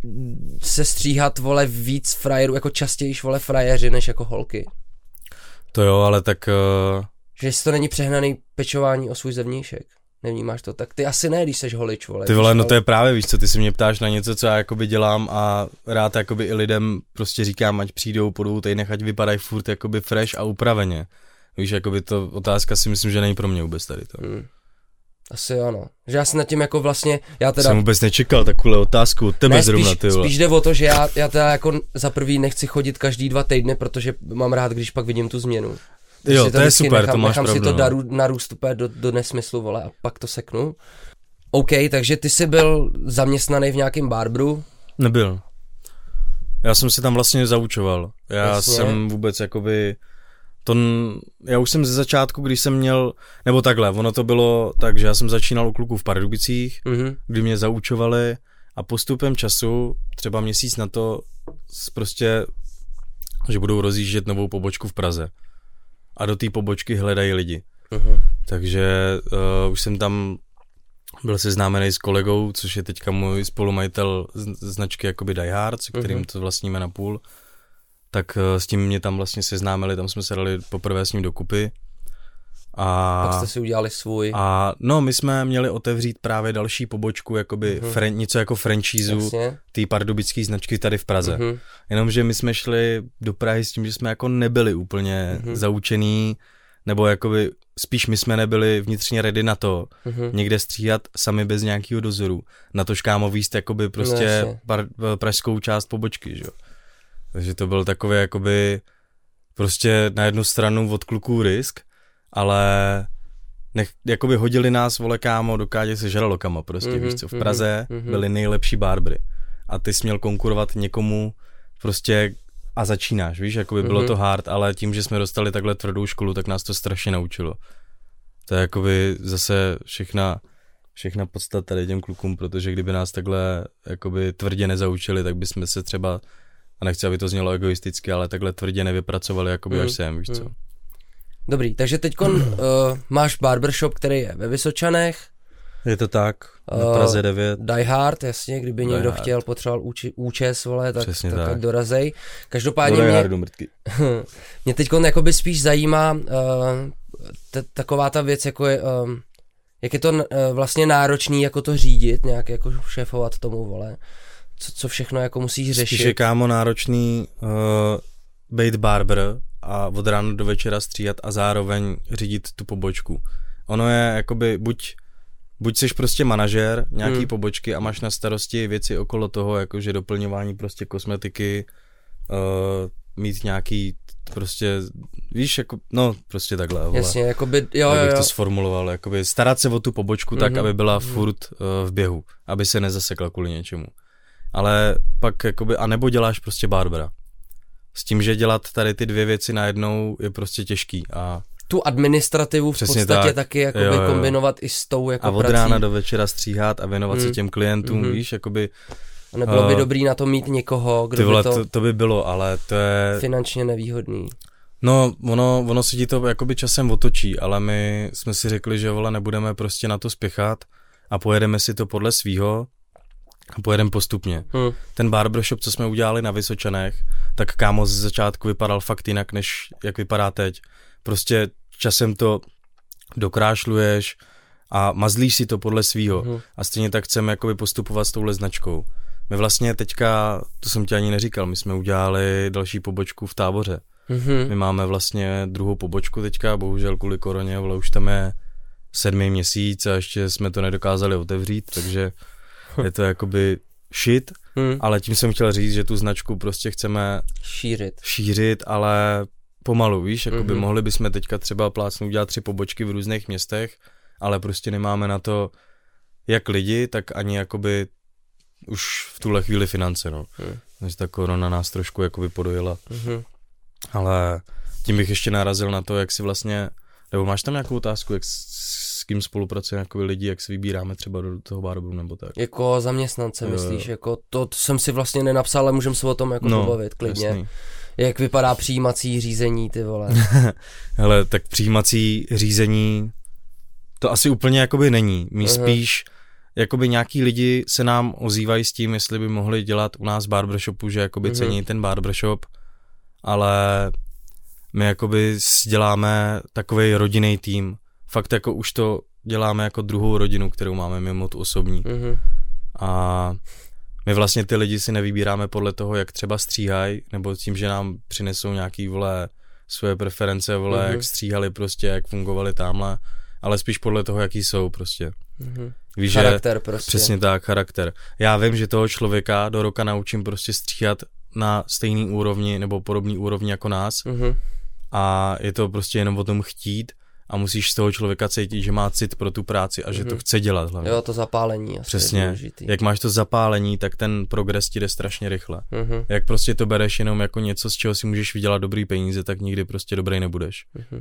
se stříhat, vole, víc frajerů, jako častějiš, vole, frajeři, než jako holky. To jo, ale tak... Uh... Že jestli to není přehnaný pečování o svůj zevnějšek. Nevnímáš to? Tak ty asi ne, když seš holič, vole. Ty vole, no to je právě, víš co, ty si mě ptáš na něco, co já jakoby dělám a rád jakoby i lidem prostě říkám, ať přijdou po dvou týdnech, ať vypadají furt jakoby fresh a upraveně. Víš, jakoby to otázka si myslím, že není pro mě vůbec tady to. Hmm. Asi ano. Že já si nad tím jako vlastně, já teda... Jsem vůbec nečekal takovou otázku od tebe ne, zrovna, spíš, ty vole. Spíš jde o to, že já, já teda jako za prvý nechci chodit každý dva týdny, protože mám rád, když pak vidím tu změnu. Když jo, to je super, nechám, to máš nechám pravdu. si to no. daru, narůst úplně do, do nesmyslu, vole, a pak to seknu. OK, takže ty jsi byl zaměstnaný v nějakém barberu? Nebyl. Já jsem si tam vlastně zaučoval. Já Jasně. jsem vůbec jakoby... To, já už jsem ze začátku, když jsem měl, nebo takhle, ono to bylo tak, že já jsem začínal u kluků v Pardubicích, mm-hmm. kdy mě zaučovali a postupem času, třeba měsíc na to, prostě, že budou rozjíždět novou pobočku v Praze. A do té pobočky hledají lidi. Mm-hmm. Takže uh, už jsem tam byl seznámený s kolegou, což je teďka můj spolumajitel značky jakoby Die Hard, se kterým mm-hmm. to vlastníme na půl. Tak s tím mě tam vlastně seznámili, tam jsme se dali poprvé s ním dokupy. A pak jste si udělali svůj. A no, my jsme měli otevřít právě další pobočku, jakoby uh-huh. fran, něco jako franšízu té pardubické značky tady v Praze. Uh-huh. Jenomže my jsme šli do Prahy s tím, že jsme jako nebyli úplně uh-huh. zaučený, nebo jakoby spíš my jsme nebyli vnitřně ready na to, uh-huh. někde stříhat sami bez nějakého dozoru. Na to škámo víst jakoby prostě no, par, pražskou část pobočky, že jo. Takže to byl takový jakoby prostě na jednu stranu od kluků risk, ale nech, jakoby hodili nás, vole kámo, do Káďa se žralokama prostě, mm-hmm, víš co, v Praze mm-hmm. byli nejlepší barbery a ty jsi měl konkurovat někomu prostě, a začínáš, víš, jakoby bylo mm-hmm. to hard, ale tím, že jsme dostali takhle tvrdou školu, tak nás to strašně naučilo. To je jakoby zase všechna, všechna podstata tady těm klukům, protože kdyby nás takhle jakoby tvrdě nezaučili, tak bychom se třeba, a nechci, aby to znělo egoisticky, ale takhle tvrdě nevypracovali jakoby mm. až sem, víš co. Mm. Dobrý, takže teďkon uh, máš barbershop, který je ve Vysočanech. Je to tak, na Praze devět. Die Hard, jasně, kdyby Die někdo Hard. chtěl, potřeboval úči, účes, vole, tak, tak, tak ať dorazej. Každopádně mě, Hardu, mě teďkon jakoby spíš zajímá uh, t- taková ta věc, jako je, um, jak je to uh, vlastně náročný, jako to řídit, nějak jako šéfovat tomu, vole. Co, co všechno jako musíš řešit. Spíš je, kámo, náročný uh, být barber a od rána do večera stříhat a zároveň řídit tu pobočku. Ono je jakoby buď Buď jsi prostě manažer nějaký hmm. pobočky a máš na starosti věci okolo toho, jakože doplňování prostě kosmetiky, uh, mít nějaký prostě, víš, jako, no prostě takhle. Vole. Jasně, jakoby, jo, abych jo, jo. to sformuloval, jakoby starat se o tu pobočku mm-hmm. tak, aby byla furt uh, v běhu, aby se nezasekla kvůli něčemu. Ale pak jakoby, a nebo děláš prostě barbera. S tím, že dělat tady ty dvě věci najednou je prostě těžký a tu administrativu v přesně podstatě tak. taky jakoby jo, jo. kombinovat i s tou jako a od prací. rána do večera stříhat a věnovat mm. se těm klientům, mm. víš, jakoby. A nebylo uh, by dobrý na to mít někoho, kdo ty vole, by to, to... to by bylo, ale to je finančně nevýhodný. No, ono, ono si ti to jakoby časem otočí, ale my jsme si řekli, že vole, nebudeme prostě na to spěchat a pojedeme si to podle svýho a pojedeme postupně. Hmm. Ten barbershop, co jsme udělali na Vysočanech, tak kámo z začátku vypadal fakt jinak, než jak vypadá teď. Prostě časem to dokrášluješ a mazlíš si to podle svýho. Hmm. A stejně tak chceme jakoby postupovat s touhle značkou. My vlastně teďka, to jsem ti ani neříkal, my jsme udělali další pobočku v Táboře. Mm-hmm. My máme vlastně druhou pobočku teďka, bohužel kvůli koroně, ale už tam je sedmý měsíc a ještě jsme to nedokázali otevřít, takže je to jakoby shit, mm. ale tím jsem chtěl říct, že tu značku prostě chceme šířit, šířit, ale pomalu, víš, jakoby mm-hmm. mohli bychom teďka třeba plácnout udělat tři pobočky v různých městech, ale prostě nemáme na to jak lidi, tak ani jakoby už v tuhle chvíli finance, no. Mm. Takže ta korona nás trošku jakoby podojila. Mm-hmm. Ale tím bych ještě narazil na to, jak si vlastně, nebo máš tam nějakou otázku, jak s, s kým spolupracuje jako lidi, jak si vybíráme třeba do toho barberu nebo tak? Jako zaměstnance, jo, myslíš, jako to, to jsem si vlastně nenapsal, ale můžeme se o tom jako no, pobavit klidně. Jasný. Jak vypadá přijímací řízení, ty vole? Hele, tak přijímací řízení, to asi úplně jakoby není, my uh-huh. spíš jakoby nějaký lidi se nám ozývají s tím, jestli by mohli dělat u nás v barbershopu, že jakoby uh-huh. cení ten barbershop, ale my jakoby děláme takovej rodinný tým. Fakt jako už to děláme jako druhou rodinu, kterou máme mimo tu osobní. Mm-hmm. A my vlastně ty lidi si nevybíráme podle toho, jak třeba stříhají, nebo tím, že nám přinesou nějaký, vole, svoje preference, vole, mm-hmm. jak stříhali prostě, jak fungovali tamhle, ale spíš podle toho, jaký jsou prostě. Mm-hmm. Víš, charakter prostě. Přesně tak, charakter. Já vím, že toho člověka do roka naučím prostě stříhat na stejný úrovni nebo podobný úrovni jako nás mm-hmm. a je to prostě jenom o tom chtít a musíš z toho člověka cítit, že má cit pro tu práci a mm-hmm. že to chce dělat hlavně. Jo, to zapálení. Přesně, jak máš to zapálení, tak ten progres ti jde strašně rychle. Mm-hmm. Jak prostě to bereš jenom jako něco, z čeho si můžeš vydělat dobrý peníze, tak nikdy prostě dobrý nebudeš. Mm-hmm.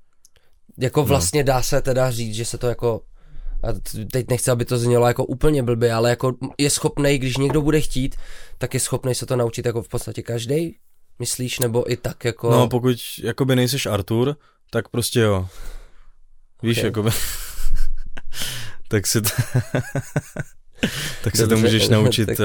Jako vlastně no. Dá se teda říct, že se to jako, a teď nechci, aby to znělo jako úplně blbě, ale jako je schopnej, když někdo bude chtít, tak je schopnej se to naučit jako v podstatě každej, myslíš, nebo i tak jako... No pokud jakoby nejseš Artur, tak prostě jo. Víš, okay. jakoby... tak si to... tak se to můžeš naučit... uh...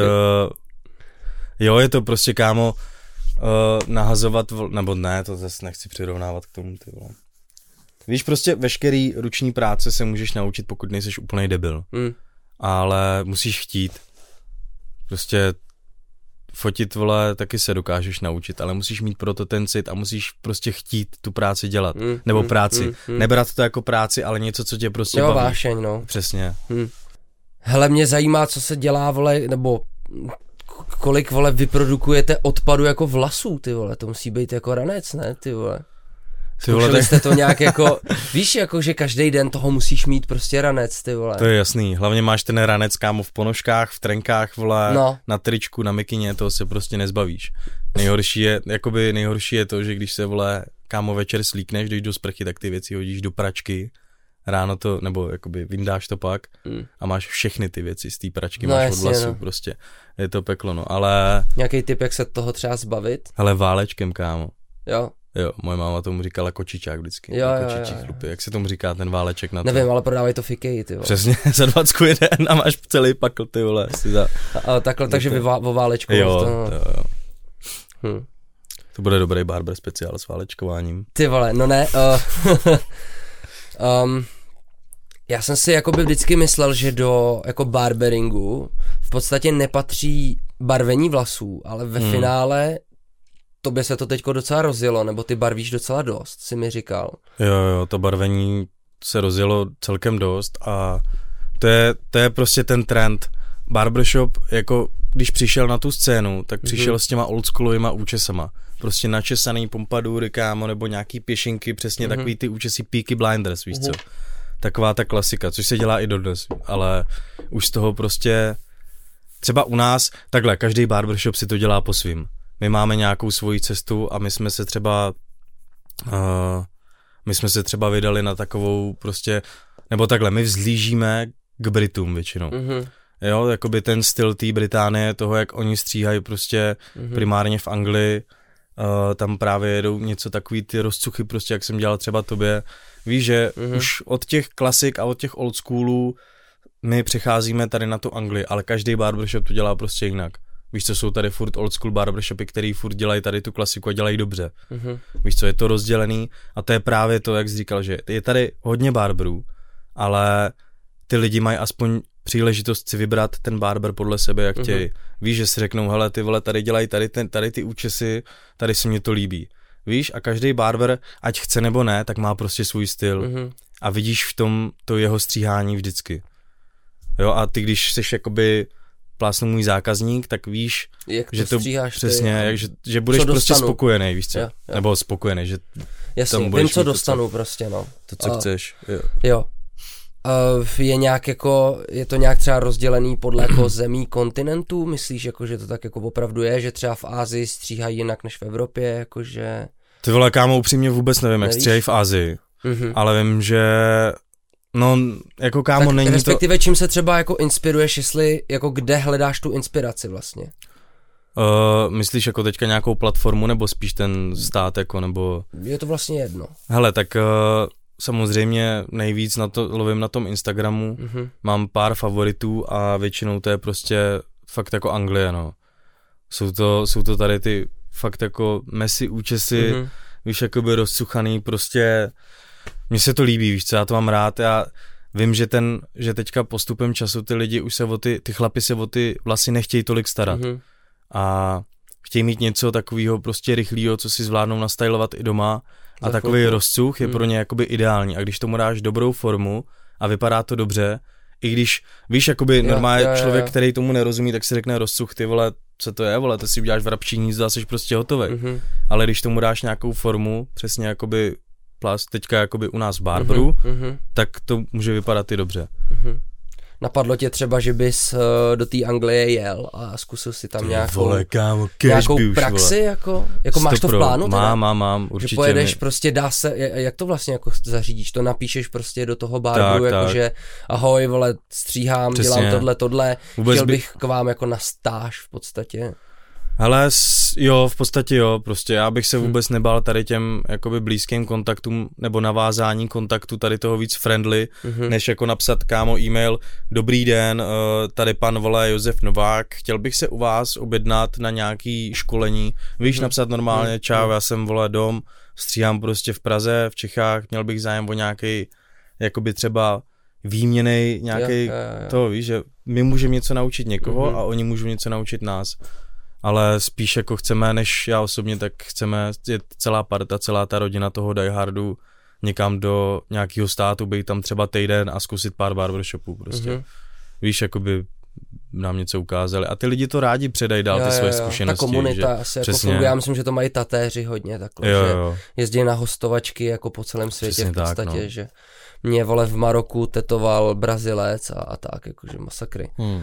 Jo, je to prostě, kámo, uh, nahazovat, v... nebo ne, to zase nechci přirovnávat k tomu, ty vole. Víš, prostě veškerý ruční práce se můžeš naučit, pokud nejseš úplnej debil. Mm. Ale musíš chtít. Prostě fotit, vole, taky se dokážeš naučit, ale musíš mít proto ten cit a musíš prostě chtít tu práci dělat. Mm. Nebo mm. práci. Mm. Nebrat to jako práci, ale něco, co tě prostě jo, baví. vášeň, no. Přesně. Mm. Hele, mě zajímá, co se dělá, vole, nebo kolik, vole, vyprodukujete odpadu jako vlasů, ty vole. To musí být jako ranec, ne, ty vole. Zkoušeli jste to nějak jako, víš, jako že každý den toho musíš mít prostě ranec, ty vole. To je jasný, hlavně máš ten ranec, kámo, v ponožkách, v trenkách, vole, no. Na tričku, na mikině, toho se prostě nezbavíš. Nejhorší je, jakoby nejhorší je to, že když se, vole, kámo, večer slíkneš, jdeš do sprchy, tak ty věci hodíš do pračky, ráno to, nebo jakoby vyndáš to pak mm. a máš všechny ty věci z té pračky, no, máš jasně, od vlasů, no. Prostě, je to peklo, no, ale... Nějaký tip, jak se toho třeba zbavit? Ale válečkem, kámo. Jo. Jo, moje máma tomu říkala kočičák vždycky. Jo, kočičí jo, jo. chlupy. Jak se tomu říká ten váleček na to? Nevím, ale prodávají to fikeji, ty vole. Přesně, za dvacku jeden a máš celý pakl, ty vole. Si za... a, a takhle, takže vy o válečku. Jo, to... jo, jo. Hm. To bude dobrý barber speciál s válečkováním. Ty vole, no ne. Uh, um, já jsem si jakoby vždycky myslel, že do jako barberingu v podstatě nepatří barvení vlasů, ale ve hmm. finále tobě se to teďko docela rozjelo, nebo ty barvíš docela dost, si mi říkal. Jo, jo, to barvení se rozjelo celkem dost a to je, to je prostě ten trend. Barbershop, jako když přišel na tu scénu, tak přišel mm-hmm. s těma oldschoolovýma účesama. Prostě načesaný pompadury, kámo, nebo nějaký pěšinky, přesně mm-hmm. takový ty účesy Peaky Blinders, víš mm-hmm. co? Taková ta klasika, což se dělá i dodnes, ale už z toho prostě, třeba u nás, takhle, každý barbershop si to dělá po svým. My máme nějakou svoji cestu a my jsme se třeba uh, my jsme se třeba vydali na takovou prostě, nebo takhle, my vzlížíme k Britům většinou. Mm-hmm. Jo, jakoby ten styl té Británie, toho, jak oni stříhají prostě mm-hmm. primárně v Anglii, uh, tam právě jedou něco takový ty rozcuchy prostě, jak jsem dělal třeba tobě. Víš, že mm-hmm. už od těch klasik a od těch old schoolů my přecházíme tady na tu Anglii, ale každý barbershop to dělá prostě jinak. Víš co, jsou tady furt old school barbershopy, který furt dělají tady tu klasiku a dělají dobře. Mm-hmm. Víš co, je to rozdělený a to je právě to, jak jsi říkal, že je tady hodně barberů, ale ty lidi mají aspoň příležitost si vybrat ten barber podle sebe, jak chtějí. Mm-hmm. Víš, že si řeknou, hele, ty vole, tady dělají tady, ten, tady ty účesy, tady se mně to líbí. Víš, a každý barber, ať chce nebo ne, tak má prostě svůj styl. Mm-hmm. A vidíš v tom to jeho stříhání vždycky. Jo, a ty, když jsi jakoby plásnu můj zákazník, tak víš, jak to že to přesně, ty, jak, že, že budeš prostě spokojený, víš co? Jo, jo. Nebo spokojený, že jasně, tam budeš vím, co mít dostanu to, co, prostě, no. To, co a, chceš, jo. Jo. Uh, je nějak jako, je to nějak třeba rozdělený podle jako zemí kontinentů? Myslíš, jako, že to tak jako opravdu je, že třeba v Asii stříhají jinak než v Evropě, jakože... Ty vole, kámo, upřímně vůbec nevím, jak stříhají v Asii, mm-hmm. ale vím, že... No, jako kámo, tak není respektive to... čím se třeba jako inspiruješ, jestli, jako kde hledáš tu inspiraci vlastně? Uh, myslíš jako teďka nějakou platformu, nebo spíš ten stát, jako, nebo... Je to vlastně jedno. Hele, tak uh, samozřejmě nejvíc na to, lovím na tom Instagramu, mm-hmm. mám pár favoritů a většinou to je prostě fakt jako Anglie, no. Jsou to, jsou to tady ty fakt jako Messi účesy, mm-hmm. víš, jakoby rozcuchaný, prostě... Mně se to líbí, víš co, já to mám rád, já vím, že ten, že teďka postupem času ty lidi už se o ty, ty chlapi se o ty vlasy nechtějí tolik starat mm-hmm. a chtějí mít něco takového prostě rychlého, co si zvládnou nastylovat i doma a Za takový chvilku. rozcuch je mm. pro ně jakoby ideální a když tomu dáš dobrou formu a vypadá to dobře, i když, víš, jakoby normálně člověk, který tomu nerozumí, tak si řekne rozcuch, ty vole, co to je, vole, to si uděláš vrabčí hnízdo a jsi prostě hotový, mm-hmm. ale když tomu dáš nějakou formu, přesně jakoby plast teďka jakoby u nás v barberu, mm-hmm. tak to může vypadat i dobře. Mm-hmm. Napadlo tě třeba, že bys uh, do té Anglie jel a zkusil si tam nějakou, vole, kámo, nějakou už, praxi, vole. jako, jako máš to v plánu? Teda? Mám, mám, mám, určitě. Že pojedeš mi... prostě, dá se, jak to vlastně jako zařídíš, to napíšeš prostě do toho barberu, jakože ahoj, vole, stříhám, přesně. Dělám tohle, tohle, Vůbec chtěl bych by... k vám jako na stáž v podstatě. Hele, jo, v podstatě jo, prostě já bych se vůbec nebál tady těm jakoby blízkým kontaktům nebo navázání kontaktu tady toho víc friendly, mm-hmm. než jako napsat kámo e-mail, dobrý den, tady pan vole Josef Novák, chtěl bych se u vás objednat na nějaký školení, víš, mm-hmm. napsat normálně, čau, já jsem vole dom, stříhám prostě v Praze, v Čechách, měl bych zájem o nějaký, jakoby třeba výměnej, nějaký, to víš, že my můžeme něco naučit někoho mm-hmm. a oni můžou něco naučit nás. Ale spíš jako chceme, než já osobně, tak chceme, je celá parta, celá ta rodina toho Die Hardu někam do nějakého státu, být tam třeba týden a zkusit pár barbershopů prostě. Mm-hmm. Víš, jakoby nám něco ukázali a ty lidi to rádi předají dál, ty svoje zkušenosti. Ta komunita že, asi jako funguje, já myslím, že to mají tatéři hodně takhle, jo, že jo. jezdí na hostovačky jako po celém světě přesně v podstatě, tak, no. že mě vole v Maroku tetoval Brazilec a, a tak, jakože masakry. Hmm. Uh,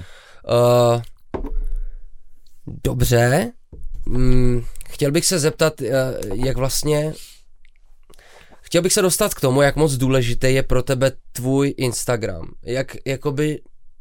dobře, hmm, chtěl bych se zeptat, uh, jak vlastně, chtěl bych se dostat k tomu, jak moc důležitý je pro tebe tvůj Instagram, jak jakoby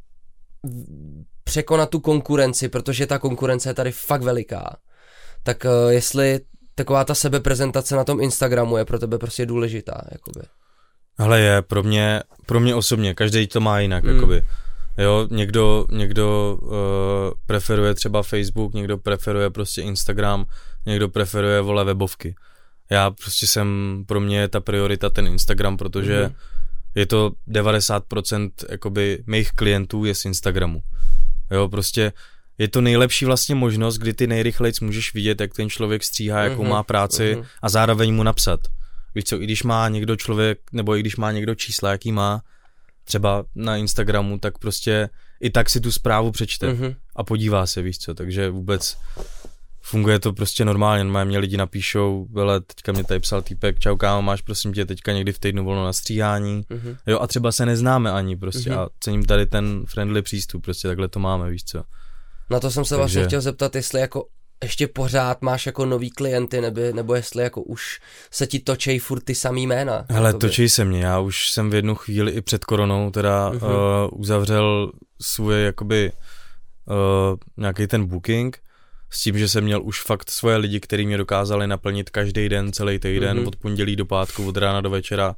překonat tu konkurenci, protože ta konkurence je tady fakt veliká. Tak uh, jestli taková ta sebeprezentace na tom Instagramu je pro tebe prostě důležitá, jakoby. Hele je, pro mě, pro mě osobně, každý to má jinak, mm. jakoby. Jo, někdo, někdo uh, preferuje třeba Facebook, někdo preferuje prostě Instagram, někdo preferuje, vole, webovky. Já prostě jsem, pro mě je ta priorita ten Instagram, protože mm. je to devadesát procent jakoby mých klientů je z Instagramu. Jo, prostě je to nejlepší vlastně možnost, kdy ty nejrychlejc můžeš vidět, jak ten člověk stříhá, jakou mm-hmm. má práci mm-hmm. a zároveň mu napsat. Víš co, i když má někdo člověk, nebo i když má někdo čísla, jaký má třeba na Instagramu, tak prostě i tak si tu zprávu přečte mm-hmm. a podívá se, víš co, takže vůbec funguje to prostě normálně, normálně mě lidi napíšou, vele, teďka mě tady psal týpek, čau kámo, máš prosím tě teďka někdy v týdnu volno na stříhání, mm-hmm. jo a třeba se neznáme ani prostě mm-hmm. a cením tady ten friendly přístup, prostě takhle to máme, víš co. Na to jsem se takže... vlastně chtěl zeptat, jestli jako ještě pořád máš jako nový klienty, nebo, nebo jestli jako už se ti točej furt ty samý jména. Hele, jakoby. Točí se mě, já už jsem v jednu chvíli i před koronou teda uh-huh. uh, uzavřel svůj jakoby uh, nějaký ten booking s tím, že jsem měl už fakt svoje lidi, kteří mě dokázali naplnit každý den, celý týden, uh-huh. od pondělí do pátku, od rána do večera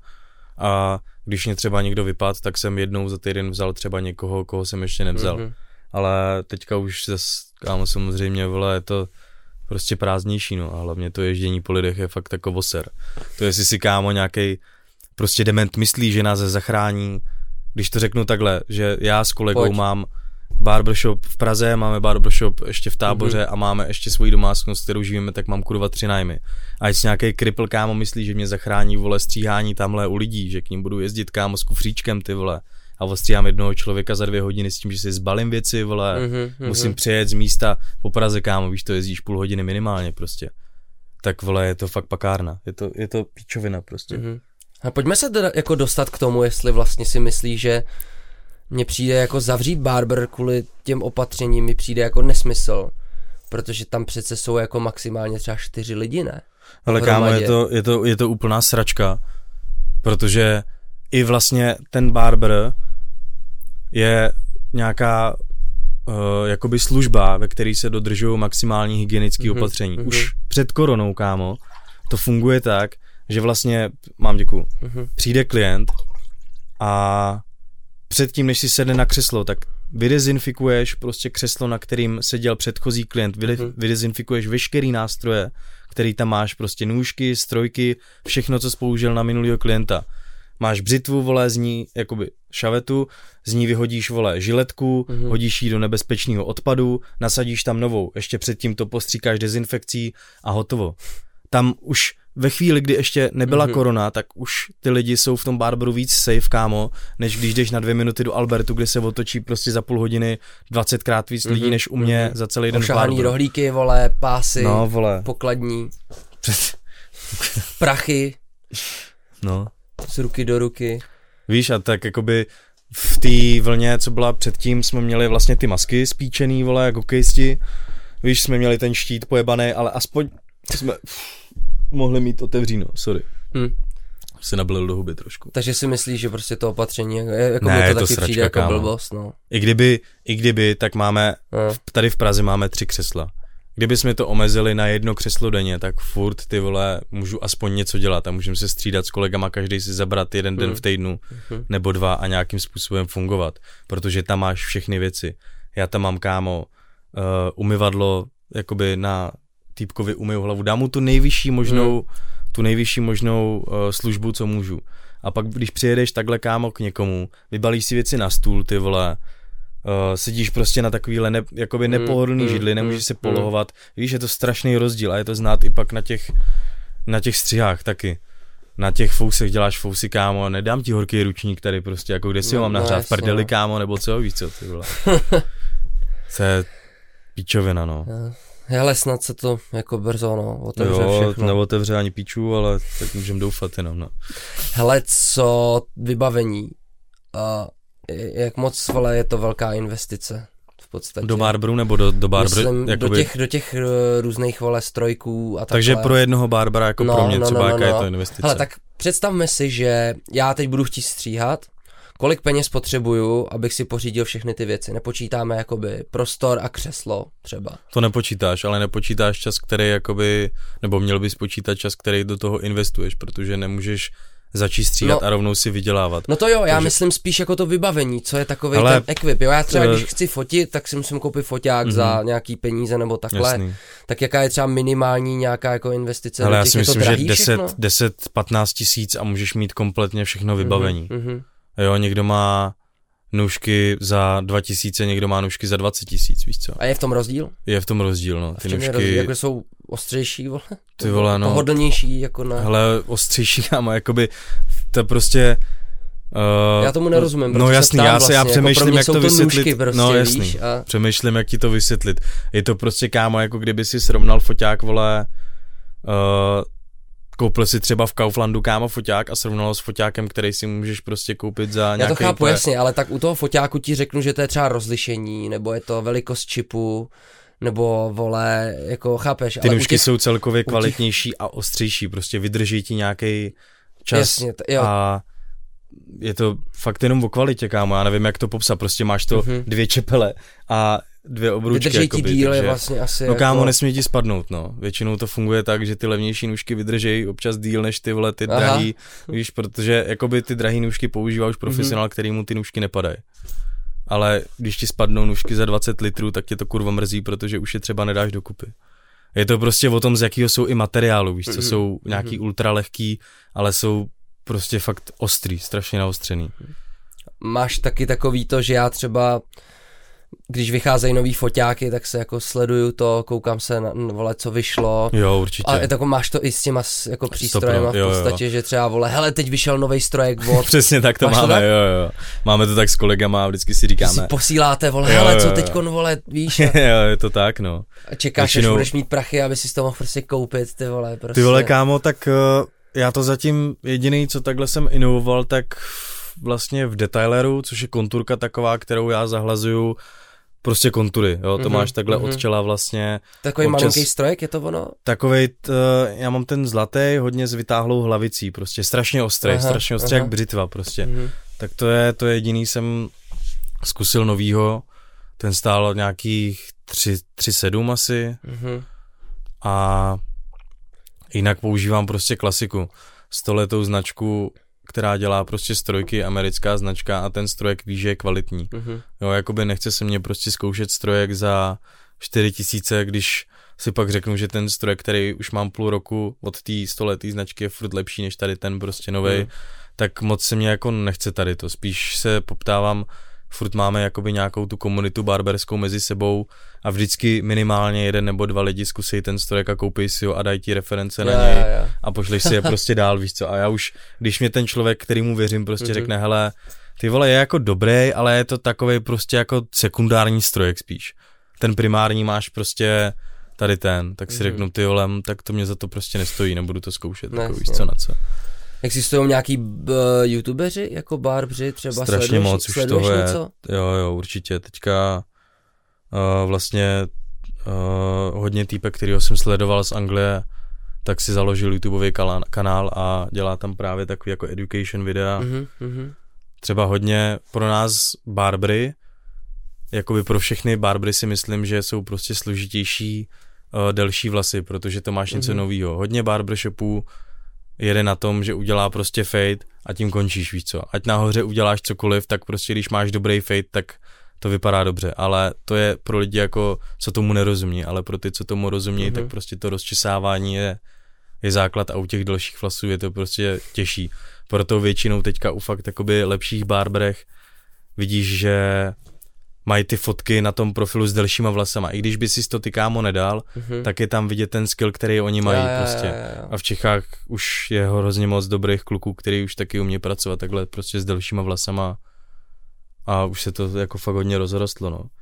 a když mě třeba někdo vypadl, tak jsem jednou za týden vzal třeba někoho, koho jsem ještě nevzal. Uh-huh. Ale teďka už zase, kámo, samozřejmě, vole, je to prostě prázdnější, no a hlavně to ježdění po lidech je fakt jako voser. To jestli si, kámo, nějaký prostě dement myslí, že nás zachrání, když to řeknu takhle, že já s kolegou Pojď. mám barbershop v Praze, máme barbershop ještě v Táboře mm-hmm. a máme ještě svoji domácnost, kterou živíme, tak mám kurva tři nájmy. A jestli nějaký kripl, kámo, myslí, že mě zachrání, vole, stříhání tamhle u lidí, že k ním budu jezdit, kámo, s kufříčkem, ty vole, a ostříhám jednoho člověka za dvě hodiny s tím, že si zbalím věci, vole, mm-hmm, musím mm-hmm. přijet z místa po Praze, kámo, víš, to jezdíš půl hodiny minimálně prostě. Tak, vole, je to fakt pakárna, je to, je to píčovina prostě. Mm-hmm. A pojďme se teda jako dostat k tomu, jestli vlastně si myslíš, že mně přijde jako zavřít barber kvůli těm opatřením, mi přijde jako nesmysl, protože tam přece jsou jako maximálně třeba čtyři lidi, ne? Ale kámo, je to, je, to, je to úplná sračka, protože i vlastně ten barber je nějaká uh, jakoby služba, ve které se dodržují maximální hygienické mm-hmm, opatření. Mm-hmm. Už před koronou, kámo, to funguje tak, že vlastně, mám děkuju, mm-hmm. přijde klient a předtím, než si sedne na křeslo, tak vydezinfikuješ prostě křeslo, na kterým seděl předchozí klient, mm-hmm. vydezinfikuješ veškerý nástroje, který tam máš, prostě nůžky, strojky, všechno, co jsi použil na minulýho klienta. Máš břitvu, vole, z ní, jakoby šavetu, z ní vyhodíš, vole, žiletku, mm-hmm. hodíš ji do nebezpečného odpadu, nasadíš tam novou, ještě předtím to postříkáš dezinfekcí a hotovo. Tam už ve chvíli, kdy ještě nebyla mm-hmm. korona, tak už ty lidi jsou v tom barberu víc safe, kámo, než když jdeš na dvě minuty do Albertu, kde se otočí prostě za půl hodiny dvacetkrát víc mm-hmm. lidí, než u mě mm-hmm. za celý den v barberu. Rohlíky, vole, pásy, no, vole. pokladní, prachy. No. Z ruky do ruky. Víš, a tak jakoby v té vlně, co byla předtím, jsme měli vlastně ty masky spíčený, vole, jak hokejisti. Víš, jsme měli ten štít pojebaný, ale aspoň jsme mohli mít otevříno, sorry. Hmm. Se nablil do huby trošku. Takže si myslíš, že prostě to opatření, jako ne, mi to, to taky sračka, přijde jako kámo. blbost, no. I kdyby, i kdyby, tak máme, hmm. tady v Praze máme tři křesla. Kdyby jsme to omezili na jedno křeslo denně, tak furt, ty vole, můžu aspoň něco dělat a můžeme se střídat s kolegama, každý si zabrat jeden den v týdnu mm. nebo dva a nějakým způsobem fungovat, protože tam máš všechny věci. Já tam mám, kámo, uh, umyvadlo, jakoby na týpkovi umyju hlavu, dám mu tu nejvyšší možnou, mm. tu nejvyšší možnou uh, službu, co můžu. A pak, když přijedeš takhle, kámo, k někomu, vybalíš si věci na stůl, ty vole, Uh, sedíš prostě na takovýhle ne, jakoby nepohodlný mm, židli, nemůžeš mm, se polohovat, mm. víš, je to strašný rozdíl a je to znát i pak na těch, na těch střihách taky. Na těch fousech děláš fousy, kámo, nedám ti horký ručník tady prostě, jako kde si no, ho mám nahřát, v prdeli, kámo, nebo co, víš co, ty vole. To je píčovina, no. Hele, snad se to jako brzo, no, otevře jo, všechno. neotevře ani píču, ale tak můžeme doufat jenom, no. Hele, co vybavení? Uh, jak moc, vole, je to velká investice? V podstatě. Do barberu nebo do, do barberu? Myslím, jakoby... do těch, do těch různých, vole, strojků a takhle. Takže pro jednoho barbera, jako no, pro mě no, třeba, no, no, jaká no. je to investice? Hele, tak představme si, že já teď budu chtít stříhat, kolik peněz potřebuju, abych si pořídil všechny ty věci. Nepočítáme jakoby prostor a křeslo třeba. To nepočítáš, ale nepočítáš čas, který jakoby, nebo měl bys počítat čas, který do toho investuješ, protože nemůžeš začít stříhat no, a rovnou si vydělávat. No to jo, já Takže... myslím spíš jako to vybavení, co je takovej ale... ten ekvip, jo, já třeba když chci fotit, tak si musím koupit foťák mm-hmm. za nějaký peníze nebo takhle, Jasný. Tak jaká je třeba minimální nějaká jako investice? Ale do já těch, si myslím, je to drahý že deset patnáct tisíc a můžeš mít kompletně všechno vybavení. Mm-hmm. Jo, někdo má nůžky za dva tisíce, někdo má nůžky za dvacet tisíc, víš co? A je v tom rozdíl? Je v tom rozdíl, no. Ty nůžky... rozdíl, jako jsou ostřejší, vole? Ty vole, no. Pohodlnější, jako na... Hele, ostřejší, kámo, jakoby, to prostě... Uh, já tomu nerozumím, no jasný, já se vlastně, já přemýšlím, jako jak to, to vysvětlit. Prostě, no jasný, víš, a... přemýšlím, jak ti to vysvětlit. Je to prostě, kámo, jako kdyby si srovnal foťák, vole, uh, koupil si třeba v Kauflandu, kámo, foťák a srovnal s foťákem, který si můžeš prostě koupit za nějaký... Já to chápu, pár... jasně, ale tak u toho foťáku ti řeknu, že to je třeba rozlišení, nebo je to velikost čipu, nebo vole, jako chápeš. Ty ale nůžky těch, jsou celkově těch... kvalitnější a ostřejší, prostě vydrží ti nějaký čas. Jasně, t- jo. A je to fakt jenom o kvalitě, kámo, já nevím, jak to popsat, prostě máš to mm-hmm. dvě čepele a dvě obručky. Vydrží jakoby, ti díl takže... je vlastně asi No kámo, jako... nesmí ti spadnout, no. Většinou to funguje tak, že ty levnější nůžky vydrží občas díl než ty vole, ty Aha. drahý, víš, protože jakoby ty drahý nůžky používá už profesionál, mm-hmm. kterýmu ty nůžky nepadají. Ale když ti spadnou nůžky za dvacet litrů, tak tě to kurva mrzí, protože už je třeba nedáš dokupy. Je to prostě o tom, z jakého jsou i materiálu, víš, co mm-hmm. jsou nějaký mm-hmm. ultralehký, ale jsou prostě fakt ostrý, strašně naostřený. Máš taky takový to, že já třeba, když vycházejí nový foťáky, tak se jako sleduju to, koukám se na, vole, co vyšlo. Jo, určitě. A jako máš to i s těma jako přístrojema v podstatě, jo, jo. Že třeba, vole, hele, teď vyšel novej strojek od... Přesně tak to máš máme, to tak? jo, jo. Máme to tak s kolegama a vždycky si říkáme. Si posíláte, vole, jo, hele, jo, jo. Co teďkon, vole, víš? A... jo, je to tak, no. A čekáš, Většinou... až budeš mít prachy, aby si to mohl prostě koupit, ty vole, prostě. Ty vole, kámo, tak uh, já to zatím jediný, co takhle jsem inovoval, tak vlastně v detaileru, což je konturka taková, kterou já zahlazuju, prostě kontury, jo, to mm-hmm, máš takhle mm-hmm. od čela vlastně. Takový občas, malinký strojek, je to ono? Takovej, t, já mám ten zlatý, hodně s vytáhlou hlavicí, prostě strašně ostrý, aha, strašně ostrý, aha. jak břitva prostě. Mm-hmm. Tak to je, to je jediný, jsem zkusil novýho, ten stál nějakých tři sedm asi mm-hmm. a jinak používám prostě klasiku, stoletou značku, která dělá prostě strojky, americká značka a ten strojek ví, že je kvalitní. Mm-hmm. Jo, jakoby nechce se mě prostě zkoušet strojek za čtyři tisíce, když si pak řeknu, že ten strojek, který už mám půl roku od té stoletý značky je furt lepší než tady ten prostě novej, mm. tak moc se mě jako nechce tady to. Spíš se poptávám, furt máme jakoby nějakou tu komunitu barberskou mezi sebou a vždycky minimálně jeden nebo dva lidi zkusí ten strojek a koupí si ho a dají ti reference yeah, na něj yeah. a pošleš si je prostě dál, víš co. A já už, když mě ten člověk, kterýmu věřím, prostě mm-hmm. řekne, hele, ty vole, je jako dobrý, ale je to takovej prostě jako sekundární strojek spíš. Ten primární máš prostě tady ten, tak si mm-hmm. řeknu, ty vole, tak to mě za to prostě nestojí, nebudu to zkoušet, ne, jako víš co na co. Existují nějaký uh, youtubeři, jako barbři, třeba strašně sleduješ, moc už sleduješ toho je, něco? jo, jo, určitě, teďka uh, vlastně uh, hodně týpek, kterýho jsem sledoval z Anglie, tak si založil YouTubeový kanál a dělá tam právě takový jako education videa. Mm-hmm. Třeba hodně pro nás barbry, jakoby pro všechny barbry si myslím, že jsou prostě složitější uh, delší vlasy, protože to máš mm-hmm. něco novýho. Hodně barbershopů jede na tom, že udělá prostě fade a tím končíš, víš co. Ať nahoře uděláš cokoliv, tak prostě když máš dobrý fade, tak to vypadá dobře, ale to je pro lidi jako, co tomu nerozumí, ale pro ty, co tomu rozumí, mm-hmm. tak prostě to rozčesávání je, je základ a u těch dalších vlasů je to prostě těžší. Proto většinou teďka u fakt jakoby lepších barberech vidíš, že mají ty fotky na tom profilu s delšíma vlasama. I když by si to ty kámo nedal, mm-hmm. tak je tam vidět ten skill, který oni mají ja, prostě. Ja, ja, ja. A v Čechách už je hrozně moc dobrých kluků, který už taky umí pracovat takhle prostě s delšíma vlasama a už se to jako fakt hodně rozrostlo, no.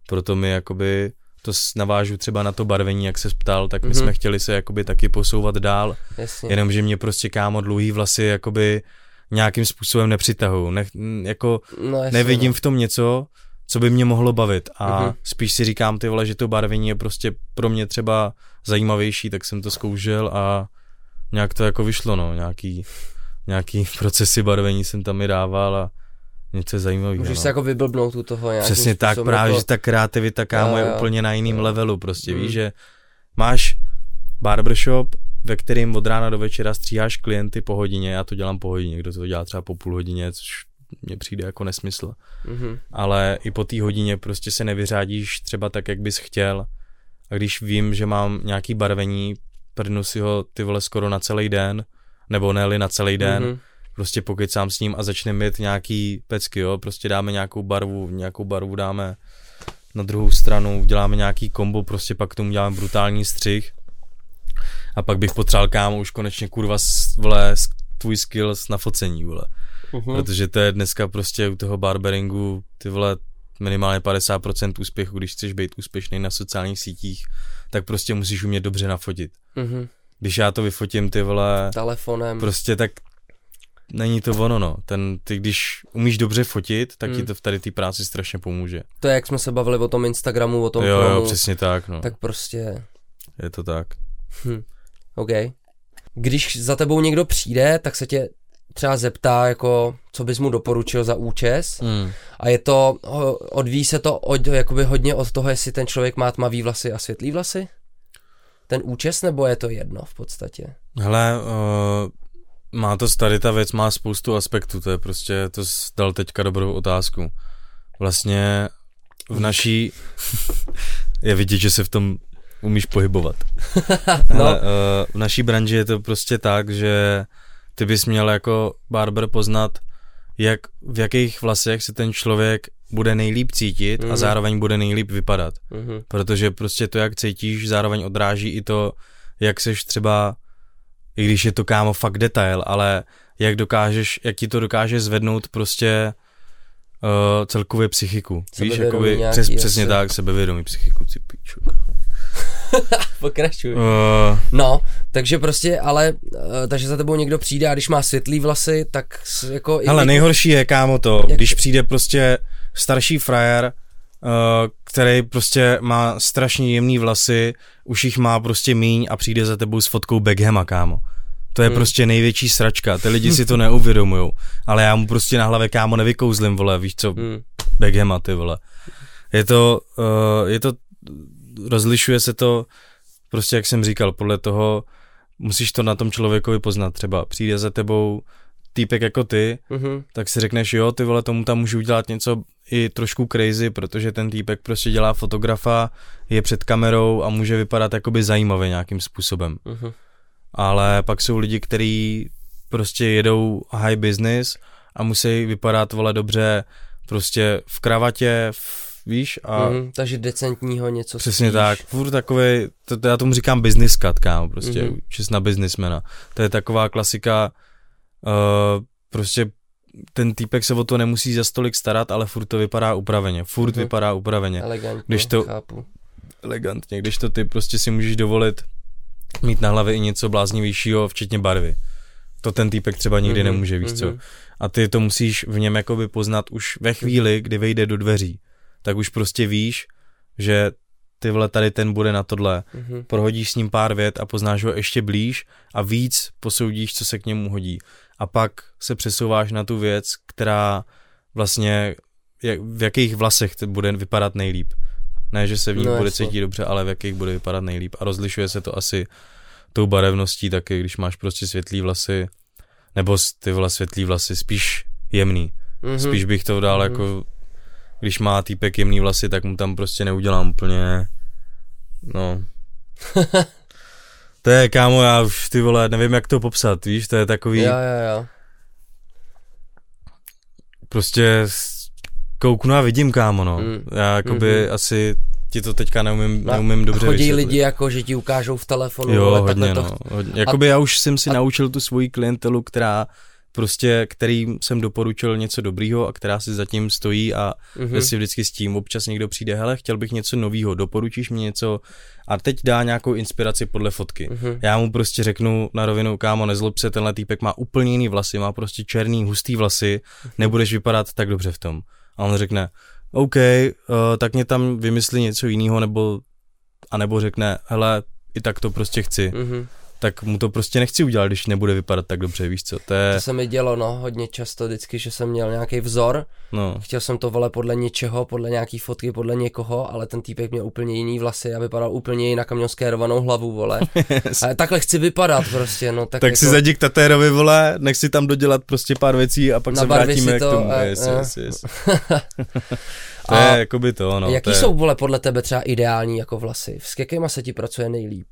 proto my jakoby, to navážu třeba na to barvení, jak se ptal, tak my mm-hmm. jsme chtěli se jakoby taky posouvat dál, Jasně. jenomže mě prostě kámo dlouhý vlasy jakoby nějakým způsobem nepřitahují, ne, jako no, jasně, nevidím no. v tom něco, co by mě mohlo bavit a mm-hmm. spíš si říkám ty vole, že to barvení je prostě pro mě třeba zajímavější, tak jsem to zkoušel a nějak to jako vyšlo, no, nějaký, nějaký procesy barvení jsem tam i dával a něco zajímavého. Můžeš no. se jako vyblbnout u toho nějakým Přesně tak, právě, jako... že ta kreativita, kámo, jo, je jo. úplně na jiným jo. levelu, prostě, mm. víš, že máš barbershop, ve kterým od rána do večera stříháš klienty po hodině, já to dělám po hodině, kdo to dělá třeba po půl hodině, což mně přijde jako nesmysl. Mm-hmm. Ale i po té hodině prostě se nevyřádíš třeba tak, jak bys chtěl. A když vím, že mám nějaký barvení, prdnu si ho ty vole skoro na celý den, nebo ne-li na celý den, mm-hmm. prostě pokecám s ním a začneme mít nějaký pecky, jo, prostě dáme nějakou barvu, nějakou barvu dáme na druhou stranu, děláme nějaký kombo, prostě pak k tomu děláme brutální střih a pak bych potřeboval, kámo, už konečně kurva, vole, tvůj skills na focení, vole. Uh-huh. Protože to je dneska prostě u toho barberingu, ty vole, minimálně padesát procent úspěchu, když chceš být úspěšný na sociálních sítích, tak prostě musíš umět dobře nafotit. Uh-huh. Když já to vyfotím, ty vole, telefonem, prostě tak není to ono, no. Ten, ty když umíš dobře fotit, tak mm. ti to v tady té práci strašně pomůže. To je, jak jsme se bavili o tom Instagramu, o tom Jo, Chromu, jo, přesně tak, no. Tak prostě... Je to tak. Hm. OK. Když za tebou někdo přijde, tak se tě třeba zeptá, jako, co bys mu doporučil za účes. Mm. A je to, odvíjí se to od, jakoby hodně od toho, jestli ten člověk má tmavý vlasy a světlý vlasy? Ten účes, nebo je to jedno v podstatě? Hele, uh, má to tady ta věc, má spoustu aspektů, to je prostě, to jsi dal teďka dobrou otázku. Vlastně v naší, je vidět, že se v tom umíš pohybovat. no. Hele, uh, v naší branži je to prostě tak, že ty bys měl jako barber poznat, jak, v jakých vlasech se ten člověk bude nejlíp cítit mm. a zároveň bude nejlíp vypadat. Mm. Protože prostě to, jak cítíš, zároveň odráží i to, jak seš třeba, i když je to, kámo, fakt detail, ale jak dokážeš, jak ti to dokáže zvednout prostě uh, celkově psychiku. Víš, jakoby, přes, přesně tak, sebevědomí psychiku, si píču. Pokračuj. Uh, no, takže prostě, ale, uh, takže za tebou někdo přijde a když má světlý vlasy, tak jako... Hele, jako, nejhorší je, kámo, to, jak... když přijde prostě starší frajer, uh, který prostě má strašně jemný vlasy, už jich má prostě míň a přijde za tebou s fotkou Beckhama, kámo. To je hmm. prostě největší sračka, ty lidi si to neuvědomujou, ale já mu prostě na hlavě, kámo, nevykouzlim, vole, víš co, hmm. Beckhama, ty vole. Je to, uh, je to, rozlišuje se to, prostě jak jsem říkal, podle toho musíš to na tom člověkovi poznat, třeba přijde za tebou týpek jako ty, uh-huh. tak si řekneš, jo, ty vole, tomu tam můžu udělat něco i trošku crazy, protože ten týpek prostě dělá fotografa, je před kamerou a může vypadat jakoby zajímavě nějakým způsobem. Uh-huh. Ale pak jsou lidi, kteří prostě jedou high business a musí vypadat, vole, dobře prostě v kravatě, v víš, a... Mm, takže decentního něco přesně spíš. tak, furt takovej, to, to já tomu říkám business cut, kámo, prostě, mm-hmm. čist na businessmana. To je taková klasika, uh, prostě ten týpek se o to nemusí za stolik starat, ale furt to vypadá upraveně, furt mm-hmm. vypadá upraveně. Elegantně, když to, chápu. Elegantně, když to ty prostě si můžeš dovolit mít na hlavě i něco bláznivějšího, včetně barvy. To ten týpek třeba nikdy mm-hmm. nemůže, víš mm-hmm. co. A ty to musíš v něm jakoby poznat už ve chvíli, kdy vejde do dveří. Tak už prostě víš, že ty vole, tady ten bude na tohle. Mm-hmm. Prohodíš s ním pár vět a poznáš ho ještě blíž a víc posoudíš, co se k němu hodí. A pak se přesouváš na tu věc, která vlastně, jak, v jakých vlasech to bude vypadat nejlíp. Ne, že se v ní no, bude cítit dobře, ale v jakých bude vypadat nejlíp. A rozlišuje se to asi tou barevností taky, když máš prostě světlý vlasy, nebo ty vole světlý vlasy, spíš jemný. Mm-hmm. Spíš bych to dal mm-hmm. jako... Když má týpek jemný vlasy, tak mu tam prostě neudělám úplně, no. To je, kámo, já už, ty vole, nevím, jak to popsat, víš, to je takový... Jo, jo, jo. Prostě kouknu a vidím, kámo, no. Mm. Já jakoby mm-hmm. asi ti to teďka neumím, no, neumím dobře chodí vysvětlit. lidi jako, že ti ukážou v telefonu. Jo, ale hodně, to... no. Hodně. Jakoby a... já už jsem si a... naučil tu svoji klientelu, která prostě, kterým jsem doporučil něco dobrýho a která si zatím stojí a mm-hmm. si vždycky s tím občas někdo přijde, hele, chtěl bych něco novýho, doporučíš mi něco a teď dá nějakou inspiraci podle fotky. Mm-hmm. Já mu prostě řeknu na rovinu, kámo, nezlob se, tenhle týpek má úplně jiný vlasy, má prostě černý, hustý vlasy, nebudeš vypadat tak dobře v tom. A on řekne, OK, uh, tak mě tam vymyslí něco jiného, nebo, anebo řekne, hele, i tak to prostě chci. Mm-hmm. Tak mu to prostě nechci udělat, když nebude vypadat tak dobře, víš co, to je... To se mi dělo, no, hodně často vždycky, že jsem měl nějaký vzor, no. Chtěl jsem to, vole, podle něčeho, podle nějaký fotky, podle někoho, ale ten týpek měl úplně jiný vlasy a vypadal úplně jinak a měl skérovanou hlavu, vole. Yes. Ale takhle chci vypadat prostě, no. Tak, tak jako... si zajdi k tatérovi, vole, nech si tam dodělat prostě pár věcí a pak se vrátíme to, k tomu, a, yes, a... yes, yes. To a je jakoby to, no. Jaký to je... jsou, vole, podle tebe třeba ideální jako vlasy? S jakýma se ti pracuje nejlíp?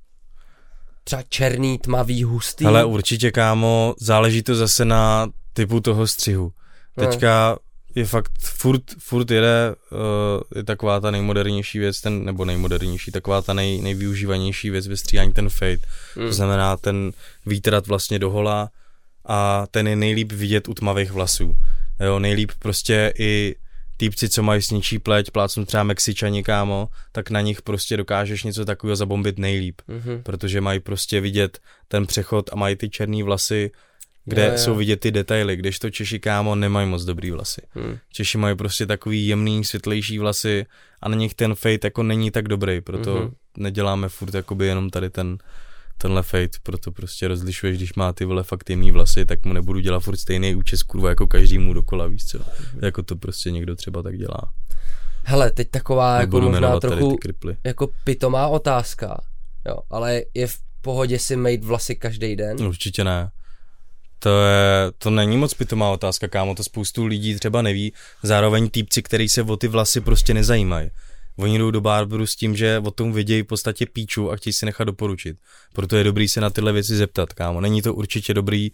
Třeba černý, tmavý, hustý? Ale určitě, kámo, záleží to zase na typu toho střihu. Teďka je fakt, furt, furt jede, uh, je taková ta nejmodernější věc, ten, nebo nejmodernější, taková ta nej, nejvyužívanější věc ve stříhání, ten fade. Hmm. To znamená ten výtrat vlastně do hola a ten je nejlíp vidět u tmavých vlasů. Jo, nejlíp prostě i týpci, co mají sničí pleť, plácnu třeba Mexičani, kámo, tak na nich prostě dokážeš něco takového zabombit nejlíp, mm-hmm. protože mají prostě vidět ten přechod a mají ty černý vlasy, kde jo, jo. jsou vidět ty detaily, kdežto Češi, kámo, nemají moc dobrý vlasy. Mm. Češi mají prostě takový jemný, světlejší vlasy a na nich ten fade jako není tak dobrý, proto mm-hmm. neděláme furt jakoby jenom tady ten tenhle fade, proto prostě rozlišuješ, když má ty vole fakt jemný vlasy, tak mu nebudu dělat furt stejný účes, kurva, jako každému dokola, víš co, jako to prostě někdo třeba tak dělá. Hele, teď taková nebudu jako možná trochu jako pitomá otázka, jo, ale je v pohodě si mít vlasy každý den? Určitě ne. To, je, to není moc pitomá otázka, kámo, to spoustu lidí třeba neví, zároveň týpci, který se o ty vlasy prostě nezajímají. Oni jdou do barberu s tím, že o tom vidějí v podstatě píču a chtějí si nechat doporučit. Proto je dobrý se na tyhle věci zeptat, kámo. Není to určitě dobrý,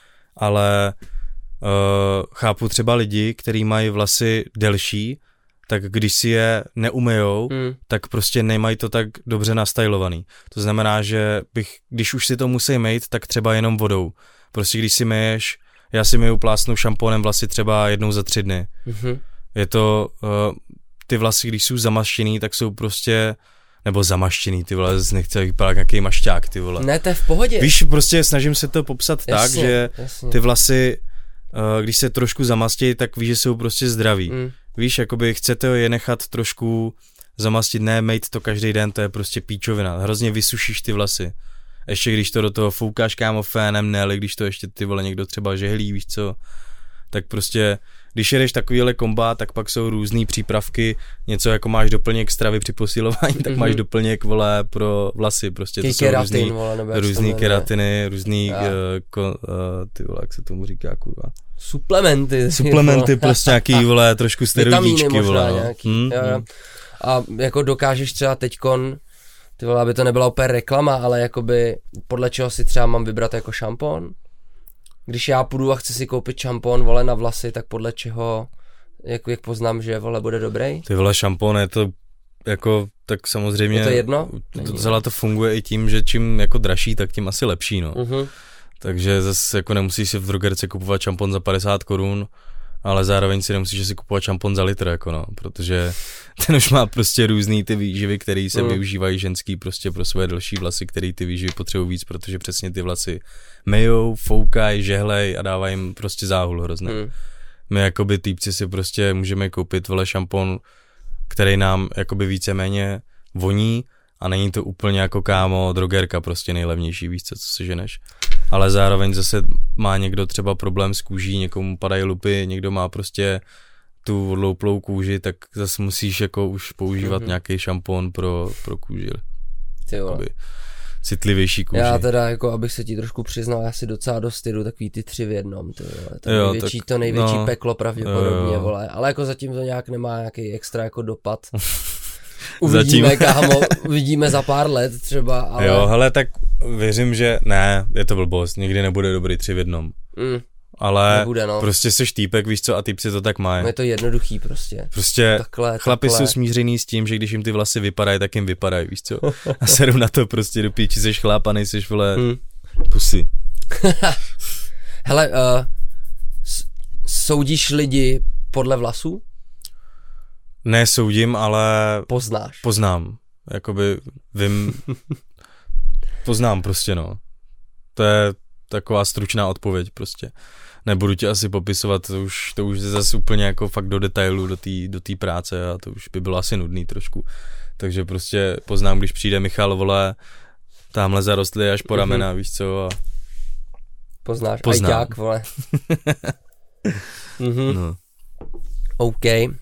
ale uh, chápu třeba lidi, kteří mají vlasy delší, tak když si je neumyjou, mm. tak prostě nemají to tak dobře nastylovaný. To znamená, že bych, když už si to musí mít, tak třeba jenom vodou. Prostě když si myješ, já si myju plásnu šampónem vlasy třeba jednou za tři dny. Mm-hmm. Je to... Uh, ty vlasy, když jsou zamaštěný, tak jsou prostě, nebo zamaštěný, ty vole, nechce vypadat nějaký mašťák, ty vole. Ne, to je v pohodě. Víš, prostě snažím se to popsat jasně, tak, že jasně. ty vlasy, když se trošku zamastí, tak víš, že jsou prostě zdraví. Mm. Víš, jakoby chcete je nechat trošku zamastit, ne, mejt to každý den, to je prostě píčovina. Hrozně vysušíš ty vlasy. Ještě když to do toho foukáš, kámo, fénem, ne, ale když to ještě ty vole někdo třeba žehlí, víš co, tak prostě... Když jedeš takovýhle komba, tak pak jsou různý přípravky, něco jako máš doplněk stravy při posilování, tak mm-hmm. máš doplněk, vole, pro vlasy, prostě to jsou různý, vole, různý keratiny, různý, uh, ko, uh, ty vole, jak se tomu říká, kurva. Suplementy. Suplementy, prostě nějaký, vole, trošku steroidíčky, vole. No. Nějaký, hmm, jo, jo. A jako dokážeš třeba teďkon, ty vole, aby to nebyla úplně reklama, ale jakoby podle čeho si třeba mám vybrat jako šampon? Když já půjdu a chci si koupit šampon, vole, na vlasy, tak podle čeho, jak, jak poznám, že, vole, bude dobrý? Ty vole, šampon je to, jako, tak samozřejmě... Je to jedno? To, celá to funguje i tím, že čím jako dražší, tak tím asi lepší, no. Uh-huh. Takže zase jako nemusíš si v drogerce kupovat šampon za padesát korun, ale zároveň si nemusíš si kupovat šampon za litr, jako no, protože ten už má prostě různý ty výživy, které se mm. využívají ženský prostě pro svoje další vlasy, které ty výživy potřebují víc, protože přesně ty vlasy myjou, foukají, žehlej a dávají jim prostě záhul hrozný. Mm. My jakoby týpci si prostě můžeme koupit vole šampon, který nám jakoby víceméně voní a není to úplně jako kámo drogerka prostě nejlevnější, víš co, co si ženeš. Ale zároveň zase má někdo třeba problém s kůží, někomu padají lupy, někdo má prostě tu odlouplou kůži, tak zase musíš jako už používat mm-hmm. nějaký šampon pro, pro kůži. Ty vole. Citlivější kůži. Já teda, jako abych se ti trošku přiznal, já si docela dost jdu takový ty tři v jednom, ty vole. To, jo, největší, tak, to největší no, peklo pravděpodobně, jo. Vole. Ale jako zatím to nějak nemá nějaký extra jako dopad. Uvidíme, zatím. Kámo, uvidíme za pár let třeba, ale... Jo, hele, tak věřím, že ne, je to blbost, nikdy nebude dobrý tři v jednom. Mm, ale nebude, no. Prostě seš týpek, víš co, a týpci to tak mají. No je to jednoduchý prostě. Prostě takhle, chlapi takhle. Jsou smířený s tím, že když jim ty vlasy vypadají, tak jim vypadají, víš co. A seru na to prostě do píči, seš chláp a nejseš, vole, mm. pusy. Hele, uh, soudíš lidi podle vlasů? Nesoudím, ale... Poznáš. Poznám. Jakoby vím... Poznám prostě, no. To je taková stručná odpověď prostě. Nebudu ti asi popisovat, to už, to už je zase úplně jako fakt do detailu, do té do té práce a to už by bylo asi nudný trošku. Takže prostě poznám, když přijde Michal, vole, tamhle zarostly až po ramena, mm-hmm. víš co. A... Poznáš, Poznám. ajťák, vole. mm-hmm. No. OK.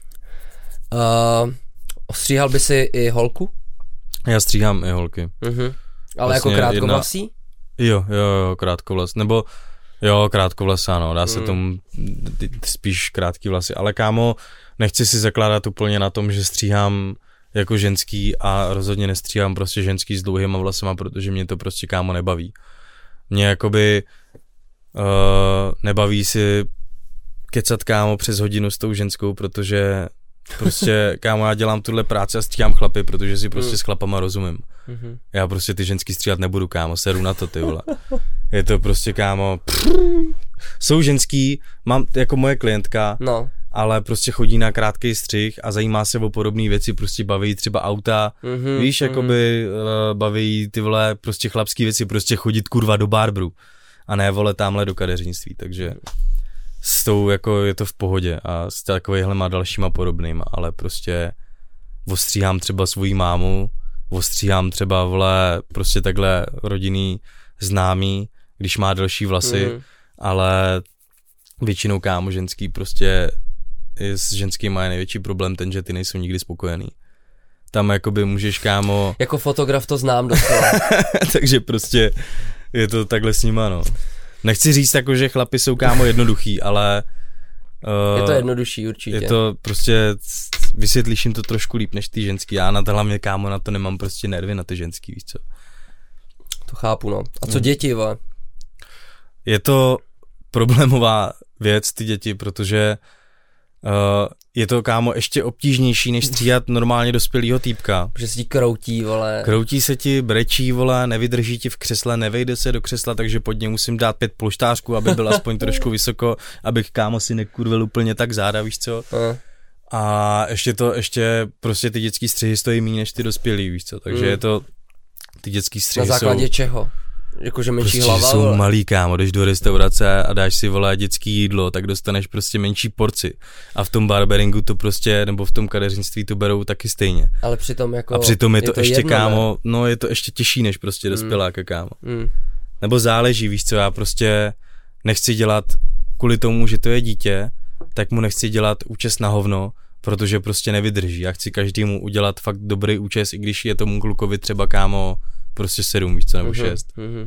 Uh, ostříhal by si i holku? Já stříhám i holky. Mm-hmm. Ale vlastně jako krátkovlasí? Jedna... Jo, jo, jo, krátkovlas. Nebo jo, krátkovlas, ano, dá se mm. tomu spíš krátký vlasy. Ale kámo, nechci si zakládat úplně na tom, že stříhám jako ženský a rozhodně nestříhám prostě ženský s dlouhýma vlasama, protože mě to prostě kámo nebaví. Mě jakoby uh, nebaví si kecat kámo přes hodinu s tou ženskou, protože prostě kámo já dělám tuhle práci a stříhám chlapy, protože si prostě mm. s chlapama rozumím. Mm-hmm. Já prostě ty ženský stříhat nebudu, kámo, seru na to, ty vole. Je to prostě, kámo, pff, jsou ženský, mám jako moje klientka, no. ale prostě chodí na krátký střih a zajímá se o podobné věci, prostě baví třeba auta, mm-hmm, víš, mm-hmm. jakoby uh, baví ty vole prostě chlapský věci, prostě chodit kurva do barberu a ne vole tamhle do kadeřnictví, takže s tou jako je to v pohodě a s takovýhlema dalšíma podobnýma, ale prostě ostříhám třeba svoji mámu, ostříhám třeba vole prostě takhle rodinný známý, když má delší vlasy, mm. ale většinou kámo ženský prostě s ženskýma je největší problém ten, že ty nejsou nikdy spokojený. Tam jakoby můžeš kámo... Jako fotograf to znám doslova. Takže prostě je to takhle s nima, no. Nechci říct jako, že chlapi jsou kámo jednoduchý, ale... Uh, je to jednodušší určitě. Je to prostě, vysvětlíš jim to trošku líp než ty ženský. Já na to hlavně kámo na to nemám prostě nervy na ty ženský, víš co. To chápu, no. A co děti, vole? Je to problémová věc, ty děti, protože uh, je to, kámo, ještě obtížnější, než stříhat normálně dospělýho týpka. Protože se ti kroutí, vole. Kroutí se ti, brečí, vole, nevydrží ti v křesle, nevejde se do křesla, takže pod ně musím dát pět polštářků, aby byl aspoň trošku vysoko, abych, kámo, si nekurvil úplně tak záda, víš co. Uh. A ještě to, ještě prostě ty dětský střihy stojí méně než ty dospělí, víš co, takže mm. je to, ty dětský střihy jsou... Na základě jsou, čeho? Jakože menší prostě hlava? Jsou vole. malý, kámo, jdeš do restaurace a dáš si, vole, dětský jídlo, tak dostaneš prostě menší porci. A v tom barberingu to prostě, nebo v tom kadeřnictví to berou taky stejně. Ale přitom jako... A přitom je to, je to ještě, jedno, kámo, ne? no je to ještě těžší než prostě dospěláka, mm. kámo. Mm. Nebo záleží, víš co, já prostě nechci dělat kvůli tomu, že to je dítě, tak mu nechci dělat účes na hovno, protože prostě nevydrží. Já chci každému udělat fakt dobrý účes, i když je tomu klukovi třeba, kámo, prostě sedm, víš co, nebo mm-hmm, šest. Mm-hmm.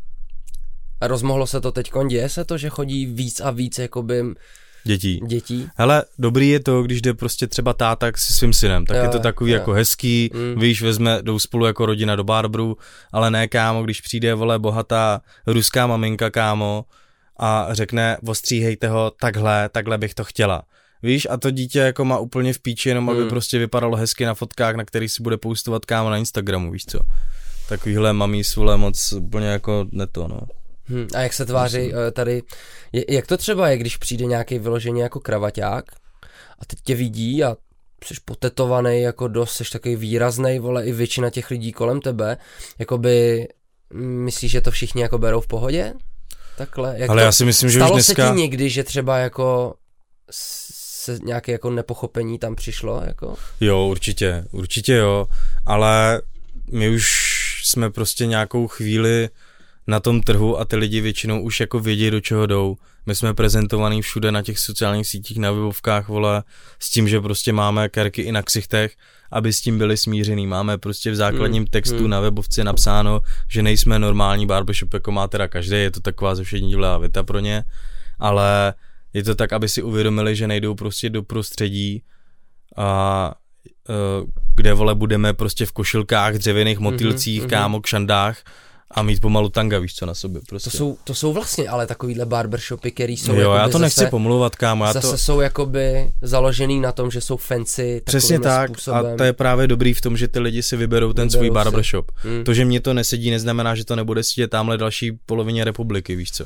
A rozmohlo se to teďkon, děje se to, že chodí víc a víc jakoby dětí. dětí? Hele, dobrý je to, když jde prostě třeba táta se svým synem, tak jo, je to takový jo. jako hezký, mm. víš, vezme, jdou spolu jako rodina do barberu, ale ne, kámo, když přijde, vole, bohatá ruská maminka, kámo, a řekne, ostříhejte ho takhle, takhle bych to chtěla. Víš, a to dítě jako má úplně v píči, jenom aby mm. prostě vypadalo hezky na fotkách, na kterých si bude postovat, kámo, na Instagramu, víš co. Takovýhle mamí svole moc úplně jako neto, no. Hmm, a jak se tváří tady, jak to třeba je, když přijde nějaký vyloženě jako kravaťák a teď tě vidí a jsi potetovaný jako dost, jsi takový výraznej, vole, i většina těch lidí kolem tebe, jakoby myslíš, že to všichni jako berou v pohodě? Takhle, jak ale to, já si myslím, že stalo už dneska... se ti někdy, že třeba jako se nějaké jako nepochopení tam přišlo, jako? Jo, určitě, určitě jo, ale my už jsme prostě nějakou chvíli na tom trhu a ty lidi většinou už jako vědí, do čeho jdou. My jsme prezentovaní všude na těch sociálních sítích, na webovkách, vole, s tím, že prostě máme kerky i na ksichtech, aby s tím byli smířený. Máme prostě v základním textu hmm. na webovce napsáno, že nejsme normální barbershop, jako má teda každý, je to taková zevšednilá věta pro ně, ale je to tak, aby si uvědomili, že nejdou prostě do prostředí, a, kde, vole, budeme prostě v košilkách, dřevěných motýlcích, mm-hmm. kámo, kšandách a mít pomalu tanga, víš co, na sobě prostě. To jsou, to jsou vlastně ale takovýhle barbershopy, který jsou jo, já to nechci zase, pomlouvat, kámo. Já zase to... jsou jakoby založený na tom, že jsou fancy. Přesně tak způsobem. A to je právě dobrý v tom, že ty lidi si vyberou ten vyberou svůj barbershop. Hmm. To, že mě to nesedí, neznamená, že to nebude sedět tamhle další polovině republiky, víš co.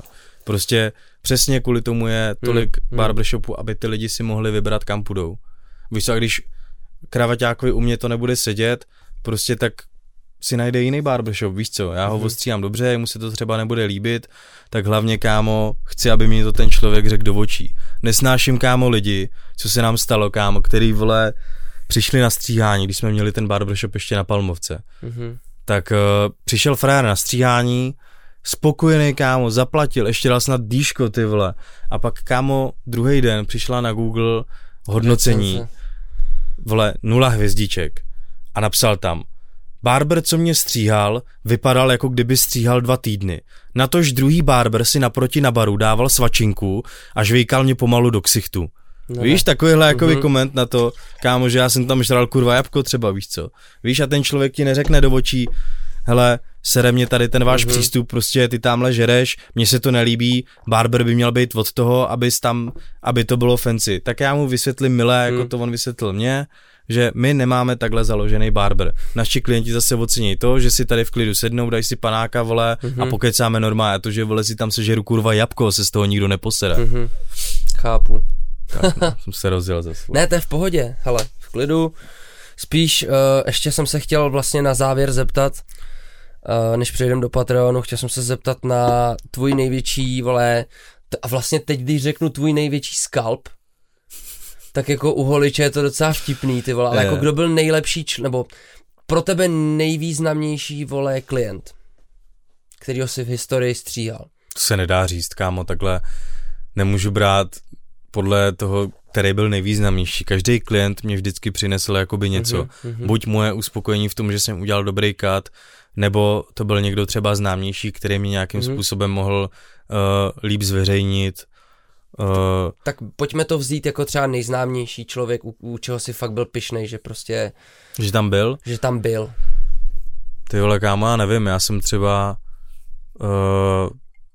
Prostě přesně kvůli tomu je tolik hmm. barbershopů, aby ty lidi si mohli vybrat, kam půjdou. Víš co, a když kravaťákovi u mě to nebude sedět, prostě tak si najde jiný barbershop, víš co, já ho mm-hmm. ostříhám dobře, mu se to třeba nebude líbit, tak hlavně, kámo, chci, aby mi to ten člověk řekl do očí. Nesnáším, kámo, lidi, co se nám stalo, kámo, který, vole, přišli na stříhání, když jsme měli ten barbershop ještě na Palmovce. Mm-hmm. Tak uh, přišel frajer na stříhání, spokojený, kámo, zaplatil, ještě dal snad dýško, ty vole, a pak, kámo, druhý den přišla na Google hodnocení, vole, nula hvězdiček a napsal tam: barber, co mě stříhal, vypadal, jako kdyby stříhal dva týdny. Natož druhý barber si naproti na baru dával svačinku a žvejkal mě pomalu do ksichtu. No. Víš, takovýhle jako mm-hmm. koment na to, kámo, že já jsem tam žral kurva jabko třeba, víš co. Víš, a ten člověk ti neřekne do očí: hele, sere mě tady ten váš mm-hmm. přístup, prostě ty tamhle žereš, mně se to nelíbí, barber by měl být od toho, abys tam, aby to bylo fancy. Tak já mu vysvětlím milé, jako mm. to on vysvětlil mě, že my nemáme takhle založený barber. Naši klienti zase ocení to, že si tady v klidu sednou, dají si panáka, vole, mm-hmm. a pokecáme normálně, a to, že, vole, si tam sežeru kurva jabko, se z toho nikdo neposede. Mm-hmm. Chápu. Tak, no, jsem se rozjel zase. Ne, to je v pohodě, hele, v klidu. Spíš uh, ještě jsem se chtěl vlastně na závěr zeptat, uh, než přejdem do Patreonu, chtěl jsem se zeptat na tvůj největší, vole, t- a vlastně teď, když řeknu tvůj největší skalp, tak jako u holiče je to docela vtipný, ty vole, ale je. Jako kdo byl nejlepší, čl- nebo pro tebe nejvýznamnější, vole, klient, kterýho si v historii stříhal? To se nedá říct, kámo, takhle nemůžu brát podle toho, který byl nejvýznamnější. Každý klient mě vždycky přinesl jakoby něco. Mm-hmm. Buď moje uspokojení v tom, že jsem udělal dobrý cut, nebo to byl někdo třeba známější, který mě nějakým mm-hmm. způsobem mohl uh, líp zveřejnit. Uh, tak pojďme to vzít jako třeba nejznámější člověk, u, u čeho si fakt byl pyšnej, že prostě... Že tam byl? Že tam byl. Ty vole, kámo, já nevím, já jsem třeba uh,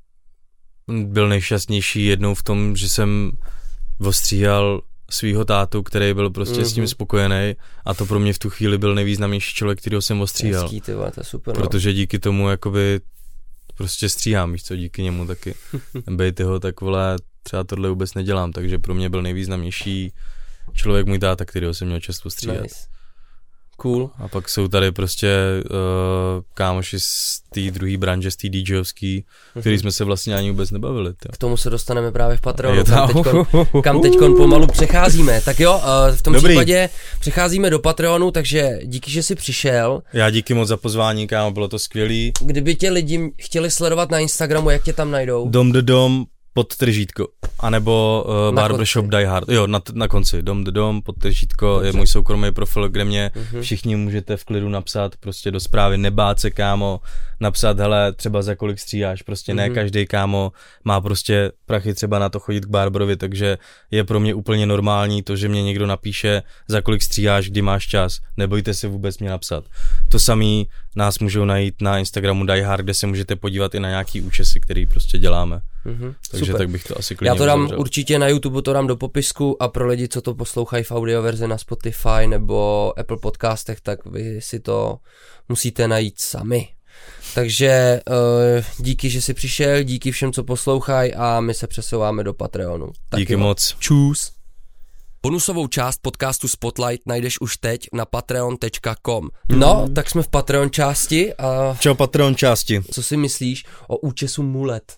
byl nejšťastnější jednou v tom, že jsem ostříhal svýho tátu, který byl prostě mm-hmm. s tím spokojený, a to pro mě v tu chvíli byl nejvýznamnější člověk, kterýho jsem ostříhal. Hezký, ty vole, to je super, no. Protože díky tomu jakoby prostě stříhám, víš co, díky němu taky. Bejt jeho, tak vole, třeba tohle vůbec nedělám, takže pro mě byl nejvýznamnější člověk můj táta, kterýho jsem měl často stříhat. Nice. Cool. A pak jsou tady prostě uh, kámoši z té druhé branže, z té DJovský, mm-hmm. který jsme se vlastně ani vůbec nebavili. Tě. K tomu se dostaneme právě v Patreonu, kam teďkon, kam teďkon pomalu přecházíme. Tak jo, uh, v tom Dobrý. případě přecházíme do Patreonu, takže díky, že jsi přišel. Já díky moc za pozvání, kámo, bylo to skvělý. Kdyby tě lidi chtěli sledovat na Instagramu, jak tě tam najdou? Dom the Dom podtržítko, anebo uh, Barbershop Die Hard, jo, na, na konci, Dom the Dom, podtržítko, Dobře. Je můj soukromý profil, kde mě uh-huh. všichni můžete v klidu napsat prostě do zprávy, nebát se, kámo, napsat, hele, třeba za kolik stříháš, prostě uh-huh. ne každý, kámo, má prostě prachy třeba na to chodit k barberovi, takže je pro mě úplně normální to, že mě někdo napíše, za kolik stříháš, kdy máš čas, nebojte se vůbec mě napsat. To samý nás můžou najít na Instagramu Die Hard, kde se můžete podívat i na nějaký účesy, který prostě děláme. Mm-hmm. Takže Super. Tak bych to asi klidně Já to dám uzavřel. Určitě na YouTube, to dám do popisku, a pro lidi, co to poslouchají v audioverzi na Spotify nebo Apple podcastech, tak vy si to musíte najít sami. Takže uh, díky, že jsi přišel, díky všem, co poslouchají, a my se přesouváme do Patreonu. Tak díky jo. moc. Čus. Bonusovou část podcastu Spotlight najdeš už teď na patreon tečka com. No, mm. tak jsme v Patreon části. A Čau Patreon části. Co si myslíš o účesu mulet?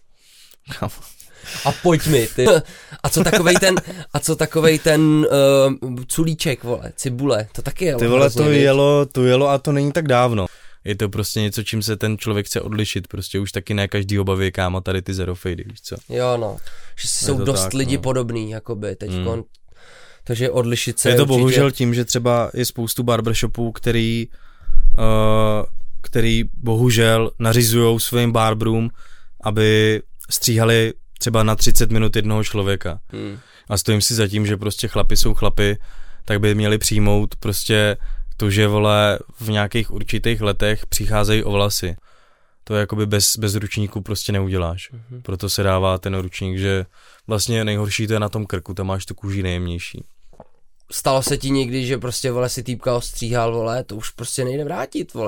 A pojď mi, ty. A co takovej ten, a co takovej ten uh, culíček, vole, cibule, to taky jelo. Ty vole, to jelo, to jelo a to není tak dávno. Je to prostě něco, čím se ten člověk chce odlišit, prostě už taky ne každýho baví, kámo, tady ty zero fady, víš co. Jo no, že jsou dost tak, lidi no. podobný, jakoby, teďkon, mm. takže odlišit se je to určitě... bohužel tím, že třeba je spoustu barbershopů, který, uh, který bohužel nařizujou svým barberům, aby stříhali třeba na třicet minut jednoho člověka. Hmm. A stojím si za tím, že prostě chlapi jsou chlapi, tak by měli přijmout prostě to, že, vole, v nějakých určitých letech přicházejí o vlasy. To jakoby bez, bez ručníku prostě neuděláš. Hmm. Proto se dává ten ručník, že vlastně nejhorší to je na tom krku, tam máš tu kůži nejjemnější. Stalo se ti někdy, že prostě, vole, si týpka ostříhal, vole, to už prostě nejde vrátit, vole.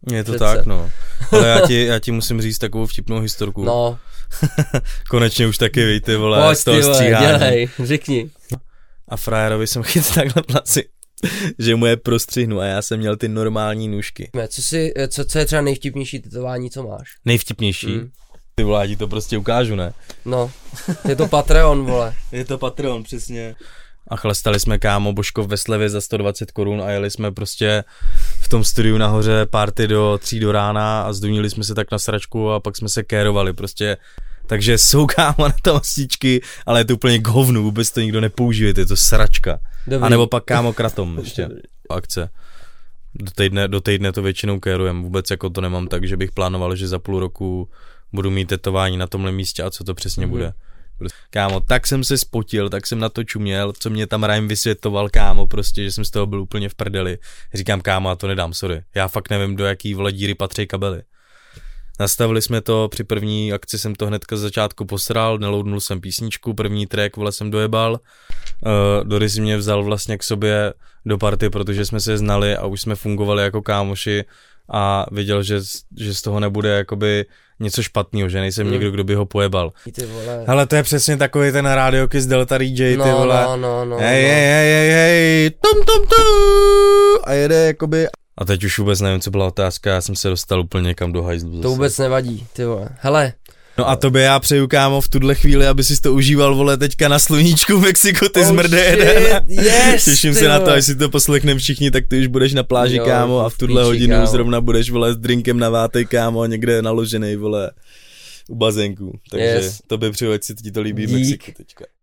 Je to Přece. tak, no. Ale já ti, já ti musím říct takovou vtipnou historku. No. Konečně už taky, víš, ty vole, Pojď, z toho ty vole, stříhání. dělej, řekni. A frajerovi jsem chytil takhle placi, že mu je prostřihnu a já jsem měl ty normální nůžky. Co, si, co, co je třeba nejvtipnější tetování, co máš? Nejvtipnější? Hmm. Ty vole, já ti to prostě ukážu, ne? No, je to Patreon, vole. Je to Patreon, přesně. A chlastali jsme, kámo, Božkov ve slevě za sto dvacet korun a jeli jsme prostě v tom studiu nahoře party do tří do rána a zdunili jsme se tak na sračku a pak jsme se kérovali prostě. Takže jsou, kámo, na to hostičky, ale je to úplně k hovnu, vůbec to nikdo nepoužije, je to sračka. Dobrý. A nebo pak, kámo, kratom ještě, akce. Do týdne, do týdne to většinou kérujem, vůbec jako to nemám tak, že bych plánoval, že za půl roku budu mít tetování na tomhle místě a co to přesně mm-hmm. bude. Kámo, tak jsem se spotil, tak jsem na to čuměl, co mě tam Ryan vysvětloval, kámo, prostě, že jsem z toho byl úplně v prdeli. Říkám, kámo, já to nedám, sorry. Já fakt nevím, do jaký vole díry patří kabely. Nastavili jsme to, při první akci jsem to hnedka z začátku posral, neloadnul jsem písničku, první track, vole, jsem dojebal. Uh, Doris mě vzal vlastně k sobě do party, protože jsme se znali a už jsme fungovali jako kámoši a věděl, že, že z toho nebude jakoby něco špatného, že nejsem mm. někdo, kdo by ho pojebal. Hele, to je přesně takový ten Radio Kiss Delta D J, ty no, vole. No, no, no, hej, no. hej, hej, hej, hej, tum, tum, tum, a jede jakoby. A teď už vůbec nevím, co byla otázka, já jsem se dostal úplně někam do hajzlu zase. To vůbec nevadí, ty vole. Hele. No a tobě já přeju, kámo, v tuhle chvíli, aby si to užíval, vole, teďka na sluníčku v Mexiku, ty oh zmrde jeden. Yes, těším se na to, až si to poslechneme všichni, tak ty už budeš na pláži, jo, kámo, a v tuhle píči, hodinu kámo. Zrovna budeš, vole, s drinkem na vátej, kámo, někde naložený, vole, u bazénku. Takže yes. Tobě přeju, ať si ti to líbí v Mexiku teďka.